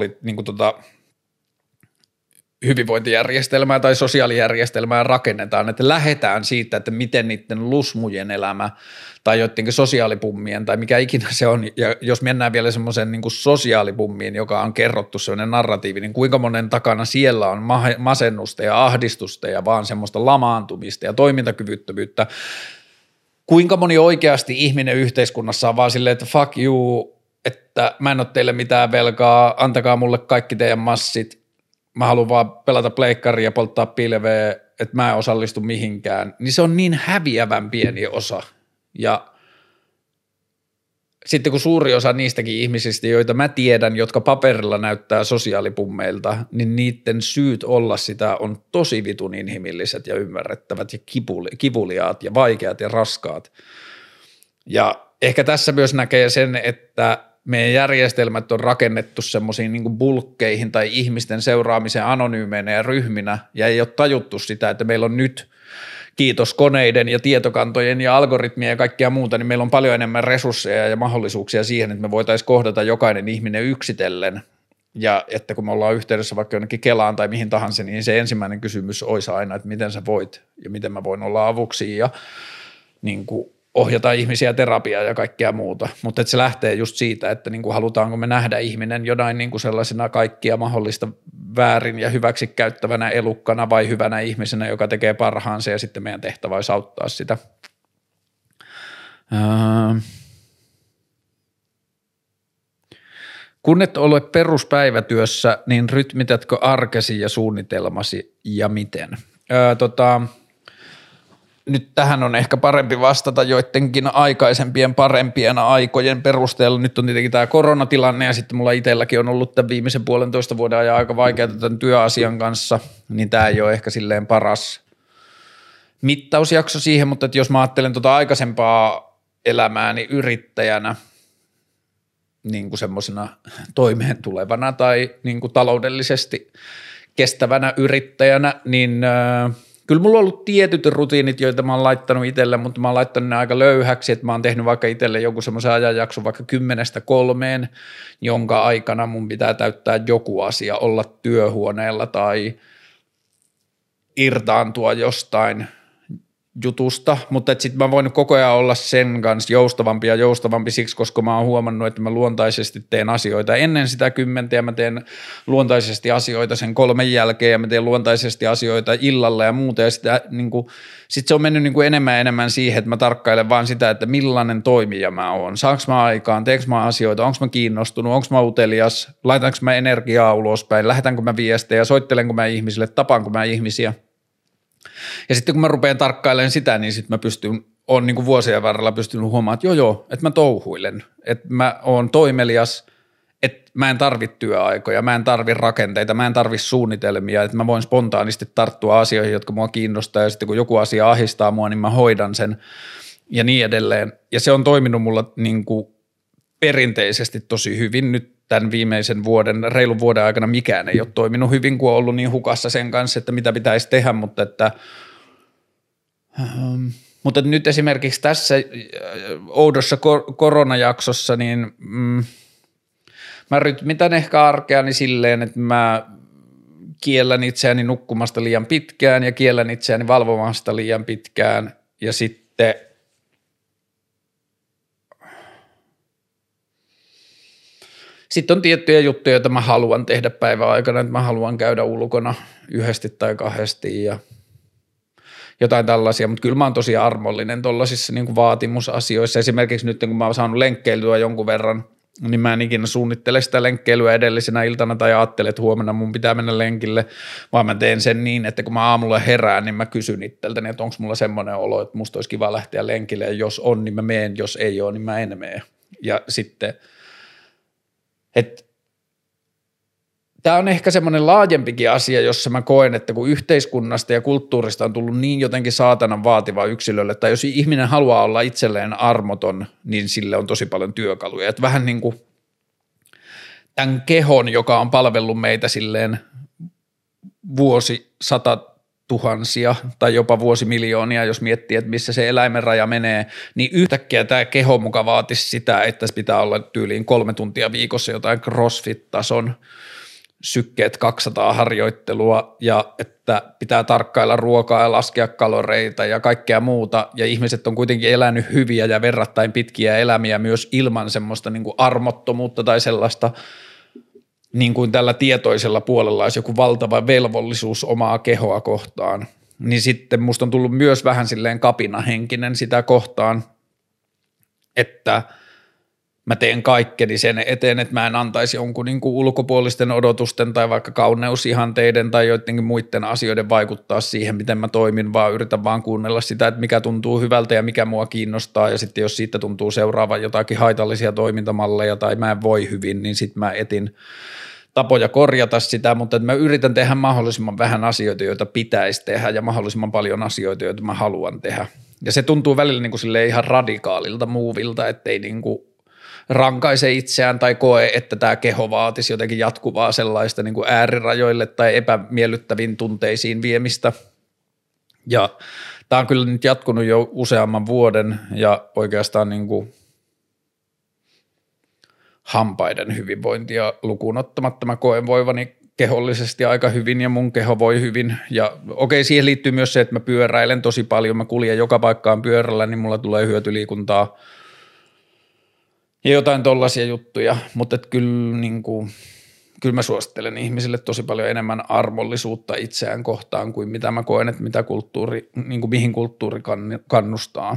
hyvinvointijärjestelmää tai sosiaalijärjestelmää rakennetaan, että lähdetään siitä, että miten niiden lusmujen elämä tai joidenkin sosiaalipummien tai mikä ikinä se on, ja jos mennään vielä semmoisen niin kuin sosiaalipummiin, joka on kerrottu semmoinen narratiivi, niin kuinka monen takana siellä on masennusta ja ahdistusta ja vaan semmoista lamaantumista ja toimintakyvyttömyyttä. Kuinka moni oikeasti ihminen yhteiskunnassa on vaan silleen, että fuck you, että mä en ole teille mitään velkaa, antakaa mulle kaikki teidän massit, mä haluan vaan pelata pleikkaria ja polttaa pilveä, että mä en osallistu mihinkään, niin se on niin häviävän pieni osa. Ja sitten kun suuri osa niistäkin ihmisistä, joita mä tiedän, jotka paperilla näyttää sosiaalipummeilta, niin niiden syyt olla sitä on tosi vitun inhimilliset ja ymmärrettävät ja kivuliaat ja vaikeat ja raskaat. Ja ehkä tässä myös näkee sen, että meidän järjestelmät on rakennettu semmoisiin niin kuin bulkkeihin tai ihmisten seuraamisen anonyymeinä ja ryhminä ja ei ole tajuttu sitä, että meillä on nyt kiitos koneiden ja tietokantojen ja algoritmien ja kaikkea muuta, niin meillä on paljon enemmän resursseja ja mahdollisuuksia siihen, että me voitaisiin kohdata jokainen ihminen yksitellen. Ja että kun me ollaan yhteydessä vaikka jonnekin Kelaan tai mihin tahansa, niin se ensimmäinen kysymys olisi aina, että miten sä voit ja miten mä voin olla avuksi ja niin kuin ohjata ihmisiä terapiaa ja kaikkea muuta. Mutta se lähtee just siitä, että niin kuin halutaanko me nähdä ihminen jonain niin kuin sellaisena kaikkia mahdollista väärin ja hyväksi käyttävänä elukkana vai hyvänä ihmisenä, joka tekee parhaansa ja sitten meidän tehtävä olisi auttaa sitä. Kun et ole peruspäivätyössä, niin rytmitätkö arkesi ja suunnitelmasi ja miten? nyt tähän on ehkä parempi vastata joidenkin aikaisempien parempien aikojen perusteella. Nyt on tietenkin tämä koronatilanne ja sitten mulla itselläkin on ollut tämän viimeisen 1,5 vuoden ajan aika vaikeaa tämän työasian kanssa, niin tämä ei ole ehkä silleen paras mittausjakso siihen, mutta että jos mä ajattelen tuota aikaisempaa elämääni yrittäjänä, niin kuin semmoisena toimeen tulevana tai niin kuin taloudellisesti kestävänä yrittäjänä, niin kyllä mulla on ollut tietyt rutiinit, joita mä oon laittanut itselle, mutta mä oon laittanut ne aika löyhäksi, että mä oon tehnyt vaikka itselle joku semmoisen ajanjakson vaikka 10-3, jonka aikana mun pitää täyttää joku asia, olla työhuoneella tai irtaantua jostain jutusta, mutta sitten mä voin koko ajan olla sen kanssa joustavampi siksi, koska mä oon huomannut, että mä luontaisesti teen asioita ennen sitä 10 ja mä teen luontaisesti asioita sen 3 jälkeen ja mä teen luontaisesti asioita illalla ja muuta ja sitä sit se on mennyt enemmän ja enemmän siihen, että mä tarkkailen vaan sitä, että millainen toimija mä oon, saanko mä aikaan, teekö mä asioita, onko mä kiinnostunut, onko mä utelias, laitanko mä energiaa ulospäin, lähetänkö mä viestejä, soittelenko mä ihmisille, tapaanko mä ihmisiä. Ja sitten kun mä rupean tarkkailemaan sitä, niin sitten mä oon niin kuin vuosien varrella pystynyt huomaamaan, että että mä touhuilen, että mä oon toimelias, että mä en tarvitse työaikoja, mä en tarvitse rakenteita, mä en tarvitse suunnitelmia, että mä voin spontaanisti tarttua asioihin, jotka mua kiinnostaa ja sitten kun joku asia ahistaa mua, niin mä hoidan sen ja niin edelleen. Ja se on toiminut mulla niin kuin perinteisesti tosi hyvin. Nyt tämän viimeisen reilun vuoden aikana mikään ei ole toiminut hyvin, kun on ollut niin hukassa sen kanssa, että mitä pitäisi tehdä, mutta nyt esimerkiksi tässä oudossa koronajaksossa, niin mä rytmitän ehkä arkeani silleen, että mä kiellän itseäni nukkumasta liian pitkään ja kiellän itseäni valvomasta liian pitkään ja sitten on tiettyjä juttuja, joita mä haluan tehdä päivän aikana, että mä haluan käydä ulkona 1 tai 2 ja jotain tällaisia, mutta kyllä mä oon tosi armollinen tuollaisissa niin kuin vaatimusasioissa. Esimerkiksi nyt kun mä oon saanut lenkkeilyä jonkun verran, niin mä en ikinä suunnittele sitä lenkkeilyä edellisenä iltana tai ajattele, että huomenna mun pitää mennä lenkille, vaan mä teen sen niin, että kun mä aamulla herään, niin mä kysyn itseltäni, että onko mulla semmoinen olo, että musta olisi kiva lähteä lenkille ja jos on, niin mä meen, jos ei ole, niin mä en mene. Ja sitten tämä on ehkä semmoinen laajempikin asia, jossa mä koen, että kun yhteiskunnasta ja kulttuurista on tullut niin jotenkin saatanan vaativa yksilölle, tai jos ihminen haluaa olla itselleen armoton, niin sille on tosi paljon työkaluja. Että vähän niin kuin tämän kehon, joka on palvellut meitä silleen vuosi 100 000 tai jopa vuosimiljoonia, jos miettii, että missä se eläimen raja menee, niin yhtäkkiä tämä keho muka vaatisi sitä, että se pitää olla tyyliin 3 tuntia viikossa jotain CrossFit-tason sykkeet 200 harjoittelua ja että pitää tarkkailla ruokaa ja laskea kaloreita ja kaikkea muuta ja ihmiset on kuitenkin elänyt hyviä ja verrattain pitkiä elämiä myös ilman semmoista niin kuin armottomuutta tai sellaista niin kuin tällä tietoisella puolella olisi joku valtava velvollisuus omaa kehoa kohtaan, niin sitten musta on tullut myös vähän silleen kapinahenkinen sitä kohtaan, että mä teen kaikkeni sen eteen, että mä en antaisi jonkun niin kuin ulkopuolisten odotusten tai vaikka kauneusihanteiden tai joidenkin muiden asioiden vaikuttaa siihen, miten mä toimin, vaan yritän vaan kuunnella sitä, että mikä tuntuu hyvältä ja mikä mua kiinnostaa ja sitten jos siitä tuntuu seuraavan jotakin haitallisia toimintamalleja tai mä en voi hyvin, niin sitten mä etin tapoja korjata sitä, mutta että mä yritän tehdä mahdollisimman vähän asioita, joita pitäisi tehdä ja mahdollisimman paljon asioita, joita mä haluan tehdä. Ja se tuntuu välillä niin kuin silleen ihan radikaalilta muuvilta, ettei niin kuin rankaise itseään tai koe, että tämä keho vaatisi jotenkin jatkuvaa sellaista niin kuin äärirajoille tai epämiellyttäviin tunteisiin viemistä. Ja tämä on kyllä nyt jatkunut jo useamman vuoden ja oikeastaan niin kuin hampaiden hyvinvointia lukuun ottamatta mä koen voivani kehollisesti aika hyvin ja mun keho voi hyvin ja okei, siihen liittyy myös se, että mä pyöräilen tosi paljon, mä kuljen joka paikkaan pyörällä, niin mulla tulee hyötyliikuntaa ja jotain tollaisia juttuja, mutta kyllä, niin kuin, kyllä mä suosittelen ihmisille tosi paljon enemmän armollisuutta itseään kohtaan kuin mitä mä koen, että mitä kulttuuri, niin kuin mihin kulttuuri kannustaa.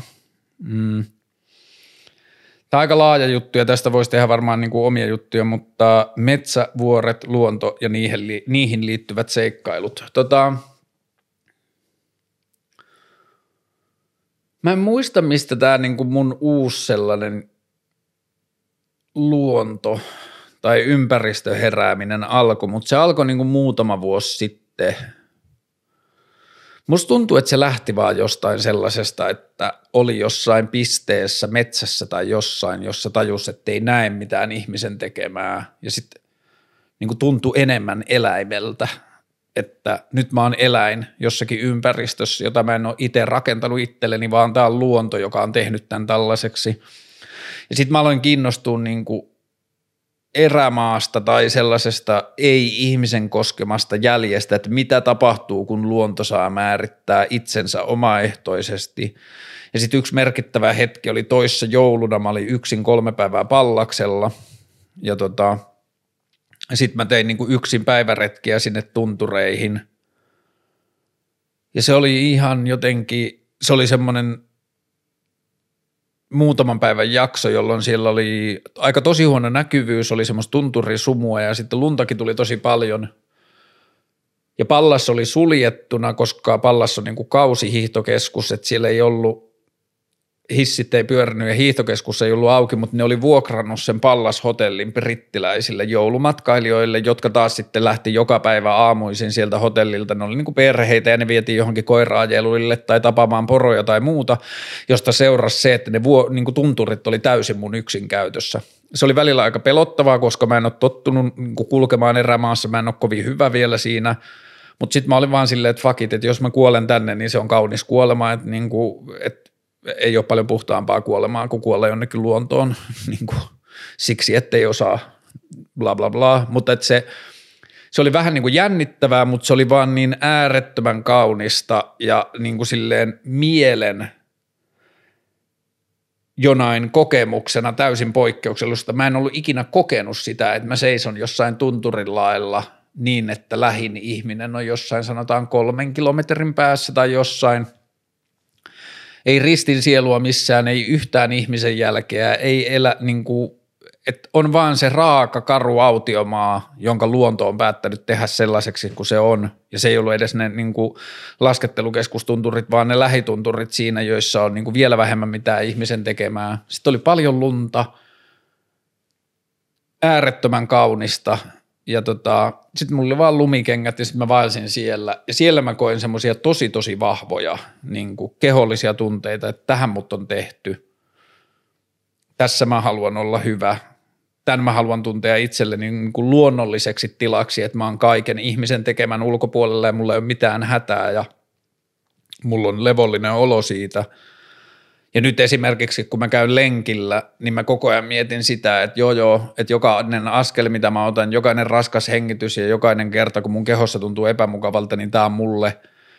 Tämä on aika laaja juttu ja tästä voisi tehdä varmaan niin kuin omia juttuja, mutta metsä, vuoret, luonto ja niihin liittyvät seikkailut. Mä en muista, mistä tää niinku mun uusi sellainen luonto tai ympäristöherääminen alkoi, mutta se alkoi niinku muutama vuosi sitten. Musta tuntuu, että se lähti vaan jostain sellaisesta, että oli jossain pisteessä metsässä tai jossain, jossa tajus, että ei näe mitään ihmisen tekemää ja sitten niin tuntui enemmän eläimeltä, että nyt mä oon eläin jossakin ympäristössä, jota mä en ole itse rakentanut itselleni, vaan tää on luonto, joka on tehnyt tämän tällaiseksi. Ja sitten mä aloin kiinnostua niin kuin erämaasta tai sellaisesta ei-ihmisen koskemasta jäljestä, että mitä tapahtuu, kun luonto saa määrittää itsensä omaehtoisesti. Ja sitten yksi merkittävä hetki oli toissa jouluna, mä olin yksin 3 päivää Pallaksella ja sitten mä tein niinku yksin päiväretkiä sinne tuntureihin ja se oli ihan jotenkin, se oli semmoinen muutaman päivän jakso, jolloin siellä oli aika tosi huono näkyvyys, oli semmoista tunturisumua ja sitten luntakin tuli tosi paljon. Ja Pallas oli suljettuna, koska Pallas on niin kuin kausihiihtokeskus, että siellä ei ollut, hissit ei pyörinyt ja hiihtokeskus ei ollut auki, mutta ne oli vuokrannut sen Pallas-hotellin brittiläisille joulumatkailijoille, jotka taas sitten lähti joka päivä aamuisin sieltä hotellilta. Ne oli niin kuin perheitä ja ne vietiin johonkin koiraajeluille tai tapaamaan poroja tai muuta, josta seurasi se, että ne niin kuin tunturit oli täysin mun yksin käytössä. Se oli välillä aika pelottavaa, koska mä en ole tottunut niin kuin kulkemaan erämaassa, mä en ole kovin hyvä vielä siinä, mutta sitten mä olin vaan silleen, että fuck it, että jos mä kuolen tänne, niin se on kaunis kuolema, että niin kuin, ei ole paljon puhtaampaa kuolemaa kuin kuolla jonnekin luontoon niin kuin, siksi, ettei osaa bla bla bla, mutta että se oli vähän niin kuin jännittävää, mutta se oli vaan niin äärettömän kaunista ja niin kuin silleen mielen jonain kokemuksena täysin poikkeuksellista. Mä en ollut ikinä kokenut sitä, että mä seison jossain tunturin laella niin, että lähin ihminen on jossain sanotaan 3 kilometrin päässä tai jossain. Ei ristin sielua missään, ei yhtään ihmisen jälkeä, ei elä niin kuin, että on vaan se raaka karu autiomaa, jonka luonto on päättänyt tehdä sellaiseksi kuin se on. Ja se ei ollut edes ne niin kuin laskettelukeskustunturit, vaan ne lähitunturit siinä, joissa on niin kuin vielä vähemmän mitään ihmisen tekemää. Sitten oli paljon lunta, äärettömän kaunista ja sitten mulla oli vaan lumikengät ja sitten mä vaelsin siellä ja siellä mä koin semmoisia tosi vahvoja niin kuin kehollisia tunteita, että tähän mut on tehty. Tässä mä haluan olla hyvä. Tän mä haluan tuntea itselleni niin kuin luonnolliseksi tilaksi, että mä oon kaiken ihmisen tekemän ulkopuolella ja mulla ei ole mitään hätää ja mulla on levollinen olo siitä. Ja nyt esimerkiksi kun mä käyn lenkillä, niin mä koko ajan mietin sitä, että että jokainen askel, mitä mä otan, jokainen raskas hengitys ja jokainen kerta, kun mun kehossa tuntuu epämukavalta, niin tää on mulle,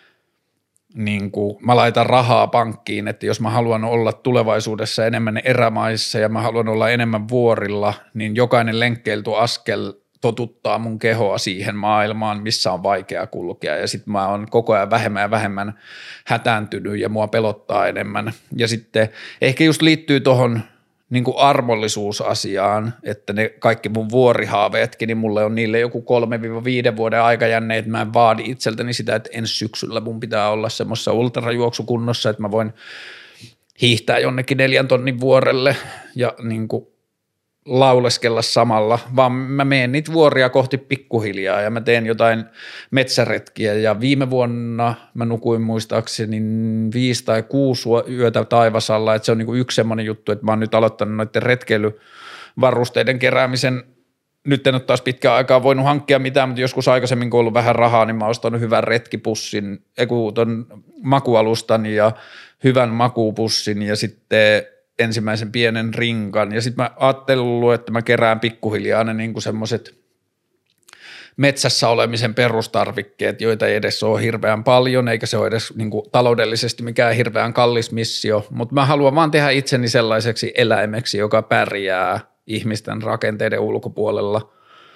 niin kuin mä laitan rahaa pankkiin, että jos mä haluan olla tulevaisuudessa enemmän erämaissa ja mä haluan olla enemmän vuorilla, niin jokainen lenkkeilty askel totuttaa mun kehoa siihen maailmaan, missä on vaikea kulkea ja sitten mä oon koko ajan vähemmän ja vähemmän hätääntynyt ja mua pelottaa enemmän ja sitten ehkä just liittyy tohon niin kuin armollisuusasiaan, että ne kaikki mun vuorihaaveetkin, niin mulle on niille joku 3-5 vuoden aikajänne, että mä en vaadi itseltäni sitä, että ensi syksyllä mun pitää olla semmoisessa ultrajuoksukunnossa, että mä voin hiihtää jonnekin 4 tonnin vuorelle ja niin kuin lauleskella samalla, vaan mä menen niitä vuoria kohti pikkuhiljaa ja mä teen jotain metsäretkiä ja viime vuonna mä nukuin muistaakseni 5 tai 6 yötä taivasalla, että se on niin kuin yksi semmoinen juttu, että mä oon nyt aloittanut noiden retkeilyvarusteiden keräämisen. Nyt en ole taas pitkään aikaa voinut hankkia mitään, mutta joskus aikaisemmin kun on ollut vähän rahaa, niin mä oon ostanut hyvän retkipussin, ton makualustan ja hyvän makuupussin ja sitten ensimmäisen pienen rinkan ja sitten mä ajattelin, että mä kerään pikkuhiljaa ne niinku semmoiset metsässä olemisen perustarvikkeet, joita ei edes ole hirveän paljon eikä se ole edes niinku taloudellisesti mikään hirveän kallis missio, mutta mä haluan vaan tehdä itseni sellaiseksi eläimeksi, joka pärjää ihmisten rakenteiden ulkopuolella.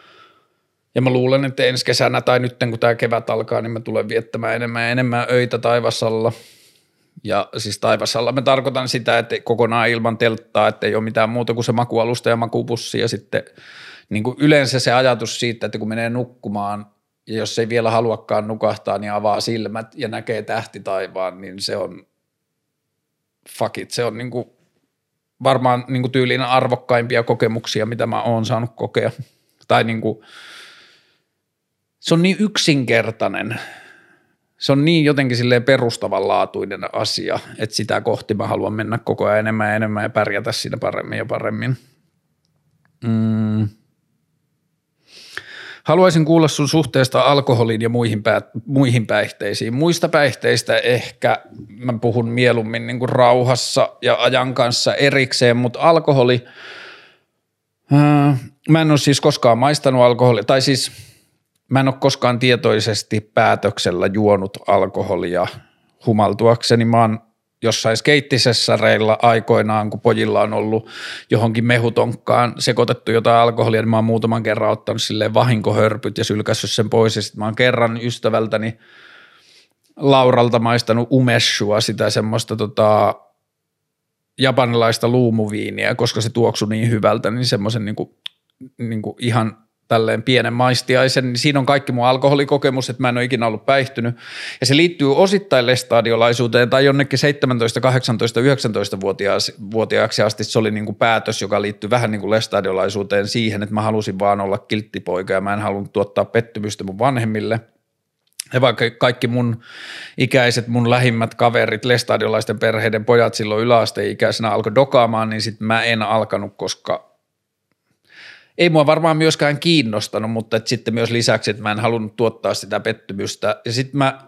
Ja mä luulen, että ensi kesänä tai nyt kun tämä kevät alkaa, niin mä tulen viettämään enemmän ja enemmän öitä taivasalla. Ja siis taivasalla mä tarkoitan sitä, että kokonaan ilman telttaa, että ei ole mitään muuta kuin se makualusta ja makuupussi ja sitten niin kuin yleensä se ajatus siitä, että kun menee nukkumaan ja jos ei vielä haluakaan nukahtaa, niin avaa silmät ja näkee tähtitaivaan, niin se on fuck it, se on niin kuin varmaan niin kuin tyyliin arvokkaimpia kokemuksia, mitä mä oon saanut kokea. Tai niin kuin, se on niin yksinkertainen, se on niin jotenkin silleen perustavanlaatuinen asia, että sitä kohti mä haluan mennä koko ajan enemmän ja enemmän ja pärjätä siinä paremmin ja paremmin. Haluaisin kuulla sun suhteesta alkoholiin ja muihin päihteisiin. Muista päihteistä ehkä mä puhun mieluummin niin kuin rauhassa ja ajan kanssa erikseen, mutta alkoholi, mä en ole siis koskaan maistanut alkoholia, tai siis mä en ole koskaan tietoisesti päätöksellä juonut alkoholia humaltuakseni. Mä oon jossain skeittisessareilla aikoinaan, kun pojilla on ollut johonkin mehutonkkaan sekoitettu jotain alkoholia, niin mä oon muutaman kerran ottanut silleen vahinkohörpyt ja sylkässyt sen pois. Ja sitten mä oon kerran ystävältäni Lauralta maistanut umeshua, sitä semmoista japanilaista luumuviiniä, koska se tuoksui niin hyvältä, niin semmoisen niinku ihan tälleen pienen maistiaisen, niin siinä on kaikki mun alkoholikokemus, että mä en ole ikinä ollut päihtynyt. Ja se liittyy osittain lestadiolaisuuteen tai jonnekin 17, 18, 19-vuotiaaksi asti se oli niin kuin päätös, joka liittyy vähän niin kuin lestadiolaisuuteen siihen, että mä halusin vaan olla kilttipoika ja mä en halunnut tuottaa pettymystä mun vanhemmille. Ja vaikka kaikki mun ikäiset, mun lähimmät kaverit, lestadiolaisten perheiden pojat silloin yläasteikäisenä alkoi dokaamaan, niin sitten mä en alkanut, koska ei mua varmaan myöskään kiinnostanut, mutta sitten myös lisäksi, että mä en halunnut tuottaa sitä pettymystä. Ja sitten mä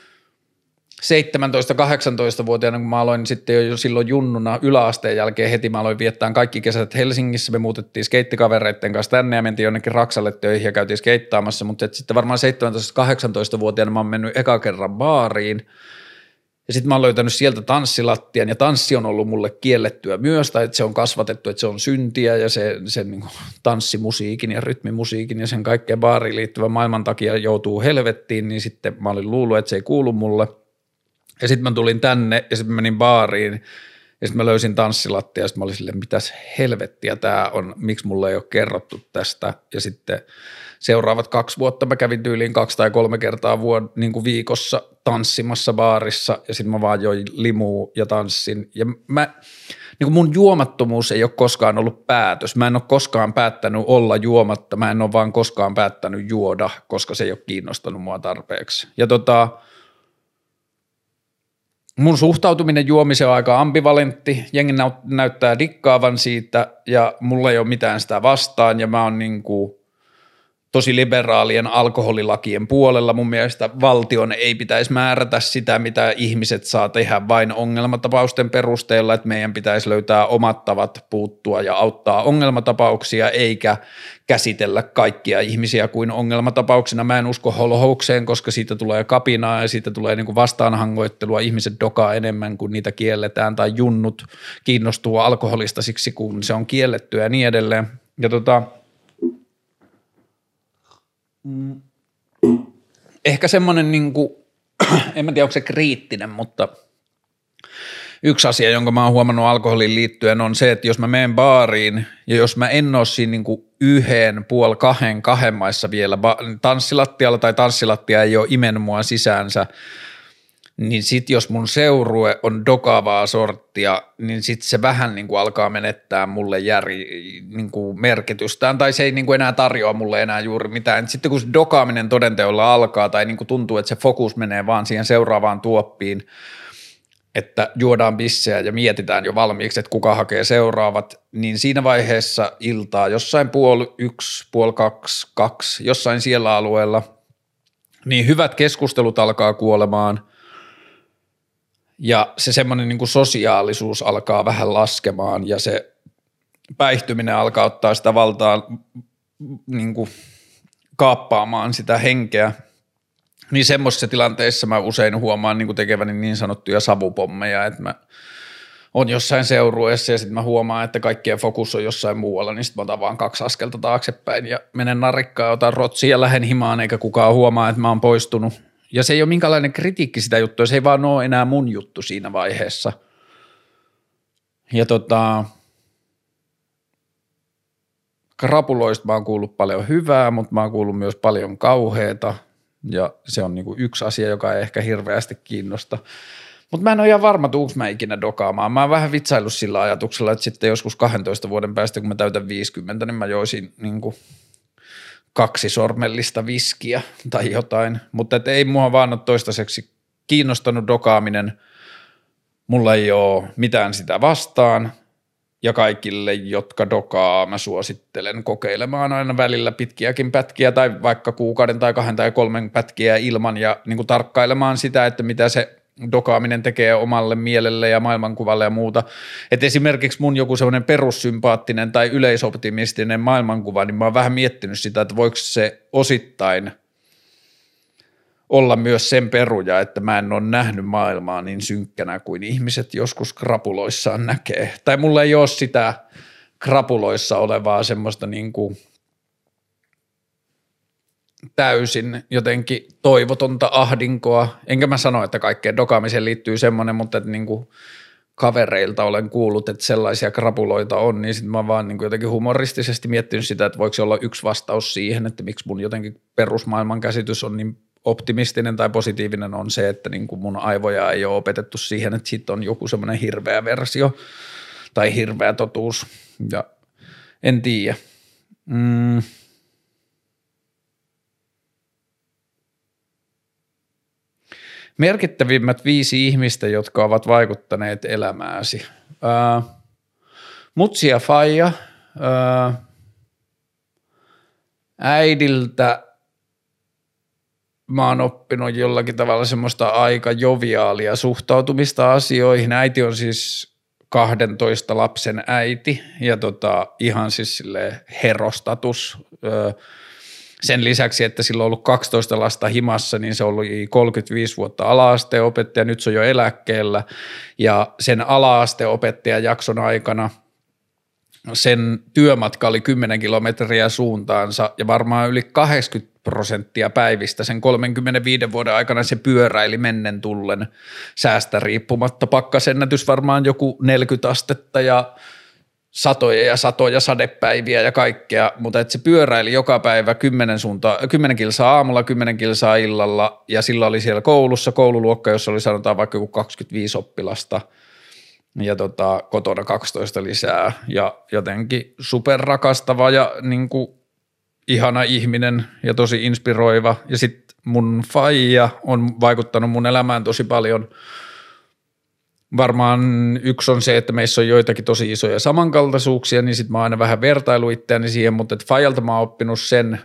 17-18-vuotiaana, kun mä aloin sitten jo silloin junnuna yläasteen jälkeen heti, mä aloin viettää kaikki kesät Helsingissä. Me muutettiin skeittikavereiden kanssa tänne ja mentiin jonnekin Raksalle töihin ja käytiin skeittaamassa, mutta sitten varmaan 17-18-vuotiaana mä oon mennyt eka kerran baariin. Ja sitten mä oon löytänyt sieltä tanssilattian ja tanssi on ollut mulle kiellettyä myös, tai että se on kasvatettu, että se on syntiä ja se niin kuin tanssimusiikin ja rytmimusiikin ja sen kaikkeen baariin liittyvän maailman takia joutuu helvettiin, niin sitten mä olin luullut, että se ei kuulu mulle. Ja sitten mä tulin tänne ja sitten mä menin baariin ja sitten mä löysin tanssilattia ja sitten mä olin silleen, mitäs helvettiä tää on, miksi mulle ei ole kerrottu tästä. Ja sitten seuraavat 2 vuotta mä kävin tyyliin 2 tai 3 kertaa niin kuin viikossa tanssimassa baarissa ja sitten mä vaan join limua ja tanssin. Ja niin kuin mun juomattomuus ei ole koskaan ollut päätös. Mä en ole koskaan päättänyt olla juomatta, mä en ole vaan koskaan päättänyt juoda, koska se ei ole kiinnostanut mua tarpeeksi. Ja mun suhtautuminen juomiseen on aika ambivalentti, jengi näyttää dikkaavan siitä ja mulla ei ole mitään sitä vastaan ja mä oon niin kuin tosi liberaalien alkoholilakien puolella. Mun mielestä valtion ei pitäisi määrätä sitä, mitä ihmiset saa tehdä vain ongelmatapausten perusteella, että meidän pitäisi löytää omat tavat puuttua ja auttaa ongelmatapauksia, eikä käsitellä kaikkia ihmisiä kuin ongelmatapauksina. Mä en usko holhoukseen, koska siitä tulee kapinaa ja siitä tulee niin kuin vastaanhangoittelua. Ihmiset dokaa enemmän kuin niitä kielletään tai junnut kiinnostuu alkoholista siksi, kun se on kiellettyä ja niin edelleen. Ja ehkä semmoinen, niin kuin, en mä tiedä onko se kriittinen, mutta yksi asia, jonka mä oon huomannut alkoholiin liittyen on se, että jos mä menen baariin ja jos mä en ole siinä niin kuin 1,5-2 maissa vielä tanssilattialla tai tanssilattia ei ole imennyt mua sisäänsä, niin sit jos mun seurue on dokaavaa sorttia, niin sit se vähän niin kuin alkaa menettää mulle niin kuin merkitystään, tai se ei niin kuin enää tarjoa mulle enää juuri mitään. Sitten kun se dokaaminen todenteolla alkaa, tai niin kuin tuntuu, että se fokus menee vaan siihen seuraavaan tuoppiin, että juodaan bissejä ja mietitään jo valmiiksi, että kuka hakee seuraavat, niin siinä vaiheessa iltaa jossain 1:30, 1:30, 2, jossain siellä alueella, niin hyvät keskustelut alkaa kuolemaan, ja se semmoinen niin kuin sosiaalisuus alkaa vähän laskemaan ja se päihtyminen alkaa ottaa sitä valtaa niin kuin kaappaamaan sitä henkeä. Niin semmoisissa tilanteissa mä usein huomaan niin kuin tekeväni niin sanottuja savupommeja, että mä oon jossain seurueessa ja sitten mä huomaan, että kaikkien fokus on jossain muualla, niin sitten mä otan vaan 2 askelta taaksepäin ja menen narikkaan, otan rotsia ja lähden himaan eikä kukaan huomaa, että mä oon poistunut. Ja se ei ole minkälainen kritiikki sitä juttua, se ei vaan ole enää mun juttu siinä vaiheessa. Ja krapuloista mä oon kuullut paljon hyvää, mutta mä oon kuullut myös paljon kauheata. Ja se on niinku yksi asia, joka ei ehkä hirveästi kiinnosta. Mutta mä en ole ihan varma, tuunko mä ikinä dokaamaan. Mä oon vähän vitsaillut sillä ajatuksella, että sitten joskus 12 vuoden päästä, kun mä täytän 50, niin mä joisin niin kuin 2 sormellista viskiä tai jotain. Mutta ei mua vaan ole toistaiseksi kiinnostanut dokaaminen. Mulla ei ole mitään sitä vastaan. Ja kaikille, jotka dokaa, mä suosittelen kokeilemaan aina välillä pitkiäkin pätkiä tai vaikka kuukauden tai 2 tai 3 pätkiä ilman ja niin kuin tarkkailemaan sitä, että mitä se dokaaminen tekee omalle mielelle ja maailmankuvalle ja muuta. Et esimerkiksi mun joku semmoinen perussympaattinen tai yleisoptimistinen maailmankuva, niin mä oon vähän miettinyt sitä, että voiko se osittain olla myös sen peruja, että mä en ole nähnyt maailmaa niin synkkänä kuin ihmiset joskus krapuloissaan näkee. Tai mulla ei ole sitä krapuloissa olevaa semmoista niin kuin täysin jotenkin toivotonta ahdinkoa. Enkä mä sano, että kaikkeen dokaamiseen liittyy semmoinen, mutta että niin kuin kavereilta olen kuullut, että sellaisia krapuloita on, niin sitten mä oon vaan niin kuin jotenkin humoristisesti miettinyt sitä, että voiko se olla yksi vastaus siihen, että miksi mun jotenkin perusmaailman käsitys on niin optimistinen tai positiivinen on se, että niin kuin mun aivoja ei ole opetettu siihen, että siitä on joku semmoinen hirveä versio tai hirveä totuus ja en tiedä. Merkittävimmät 5 ihmistä, jotka ovat vaikuttaneet elämääsi. Mutsi ja faija, äidiltä mä oon oppinut jollakin tavalla semmoista aika joviaalia suhtautumista asioihin. Äiti on siis 12 lapsen äiti ja ihan siis silleen herostatus. Sen lisäksi, että sillä on ollut 12 lasta himassa, niin se on ollut 35 vuotta ala-asteopettaja, nyt se on jo eläkkeellä ja sen ala-asteopettajan jakson aikana sen työmatka oli 10 kilometriä suuntaansa ja varmaan yli 80% päivistä sen 35 vuoden aikana se pyöräili mennen tullen säästä riippumatta. Pakkasennätys varmaan joku 40 astetta ja satoja sadepäiviä ja kaikkea, mutta että se pyöräili joka päivä 10 kilsaa aamulla, 10 kilsaa illalla ja sillä oli siellä koulussa koululuokka, jossa oli sanotaan vaikka joku 25 oppilasta ja kotona 12 lisää ja jotenkin superrakastava ja niin kuin ihana ihminen ja tosi inspiroiva ja sitten mun faija on vaikuttanut mun elämään tosi paljon. Varmaan yksi on se, että meissä on joitakin tosi isoja samankaltaisuuksia, niin sitten mä oon aina vähän vertailu itseäni siihen, mutta että faijalta mä oon oppinut sen,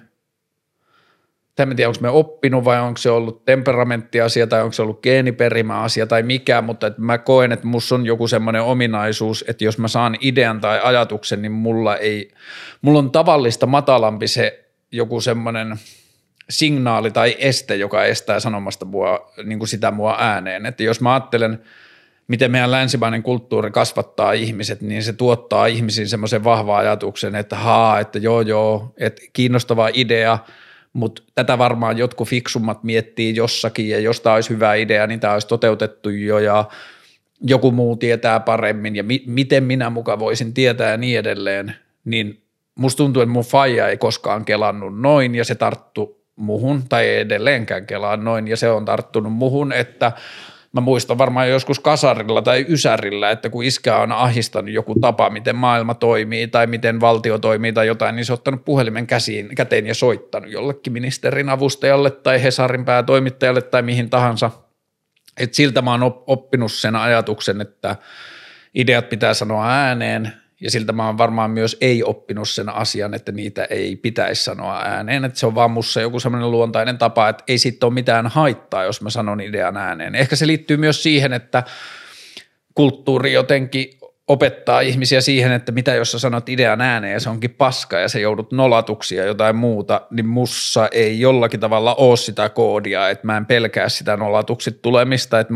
en tiedä onko me oppinut vai onko se ollut temperamenttiasia tai onko se ollut geeniperimäasia tai mikä, mutta että mä koen, että musta on joku semmoinen ominaisuus, että jos mä saan idean tai ajatuksen, niin mulla on tavallista matalampi se joku semmoinen signaali tai este, joka estää sanomasta niin kuin sitä mua ääneen, että jos mä ajattelen, miten meidän länsimainen kulttuuri kasvattaa ihmiset, niin se tuottaa ihmisiin semmoisen vahvan ajatuksen, että että joo, että kiinnostava idea, mutta tätä varmaan jotkut fiksummat miettii jossakin ja jos tämä olisi hyvä idea, niin tämä olisi toteutettu jo ja joku muu tietää paremmin ja miten minä muka voisin tietää ja niin edelleen, niin musta tuntuu, että mun faija ei koskaan kelannut noin ja se tarttu muhun tai ei edelleenkään kelaa noin ja se on tarttunut muhun, että mä muistan varmaan joskus kasarilla tai ysärillä, että kun iskä on ahdistanut joku tapa, miten maailma toimii tai miten valtio toimii tai jotain, niin se on ottanut puhelimen käteen ja soittanut jollekin ministerin avustajalle tai Hesarin päätoimittajalle tai mihin tahansa. Et siltä mä oon oppinut sen ajatuksen, että ideat pitää sanoa ääneen ja siltä mä oon varmaan myös ei oppinut sen asian, että niitä ei pitäisi sanoa ääneen, että se on vaan musta joku semmoinen luontainen tapa, että ei siitä ole mitään haittaa, jos mä sanon idean ääneen. Ehkä se liittyy myös siihen, että kulttuuri jotenkin opettaa ihmisiä siihen, että mitä jos sä sanot idean ääneen ja se onkin paska ja sä joudut nolatuksi ja jotain muuta, niin mussa ei jollakin tavalla ole sitä koodia, että mä en pelkää sitä nolatuksi tulemista, että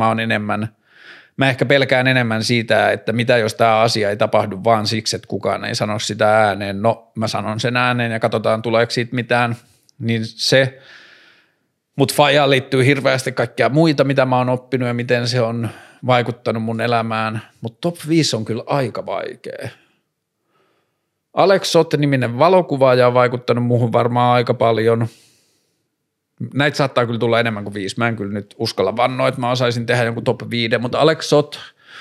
mä ehkä pelkään enemmän siitä, että mitä jos tämä asia ei tapahdu vaan siksi, että kukaan ei sano sitä ääneen. No mä sanon sen ääneen ja katsotaan tuleeko siitä mitään, niin se, mutta faijaan liittyy hirveästi kaikkia muita, mitä mä oon oppinut ja miten se on vaikuttanut mun elämään, mutta top 5 on kyllä aika vaikea. Alex Sotte-niminen valokuvaaja on vaikuttanut muuhun varmaan aika paljon. Näitä saattaa kyllä tulla enemmän kuin 5. Mä en kyllä nyt uskalla vannoa, että mä osaisin tehdä jonkun top 5, mutta Alex Sot,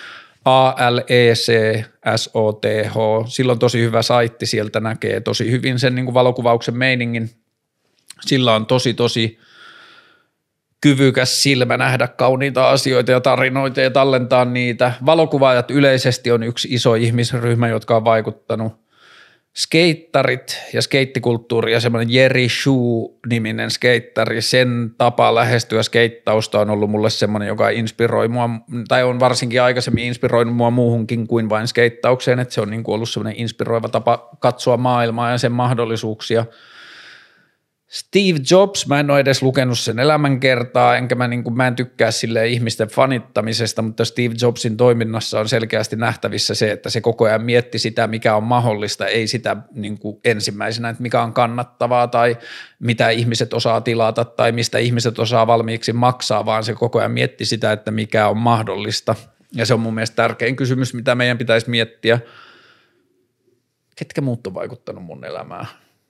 ALECSOTH, sillä on tosi hyvä saitti, sieltä näkee tosi hyvin sen niin kuin valokuvauksen meiningin. Sillä on tosi kyvykäs silmä nähdä kauniita asioita ja tarinoita ja tallentaa niitä. Valokuvaajat yleisesti on yksi iso ihmisryhmä, jotka on vaikuttanut. Skeittarit ja skeittikulttuuri ja semmoinen Jerry Shue-niminen skeittari, sen tapa lähestyä skeittausta on ollut mulle semmoinen, joka inspiroi mua, tai on varsinkin aikaisemmin inspiroinut mua muuhunkin kuin vain skeittaukseen, että se on niin kuin ollut semmoinen inspiroiva tapa katsoa maailmaa ja sen mahdollisuuksia. Steve Jobs, mä en ole edes lukenut sen elämänkertaa, enkä mä en tykkää silleen ihmisten fanittamisesta, mutta Steve Jobsin toiminnassa on selkeästi nähtävissä se, että se koko ajan mietti sitä, mikä on mahdollista, ei sitä niin kuin ensimmäisenä, että mikä on kannattavaa tai mitä ihmiset osaa tilata tai mistä ihmiset osaa valmiiksi maksaa, vaan se koko ajan mietti sitä, että mikä on mahdollista. Ja se on mun mielestä tärkein kysymys, mitä meidän pitäisi miettiä. Ketkä muut on vaikuttanut mun elämään?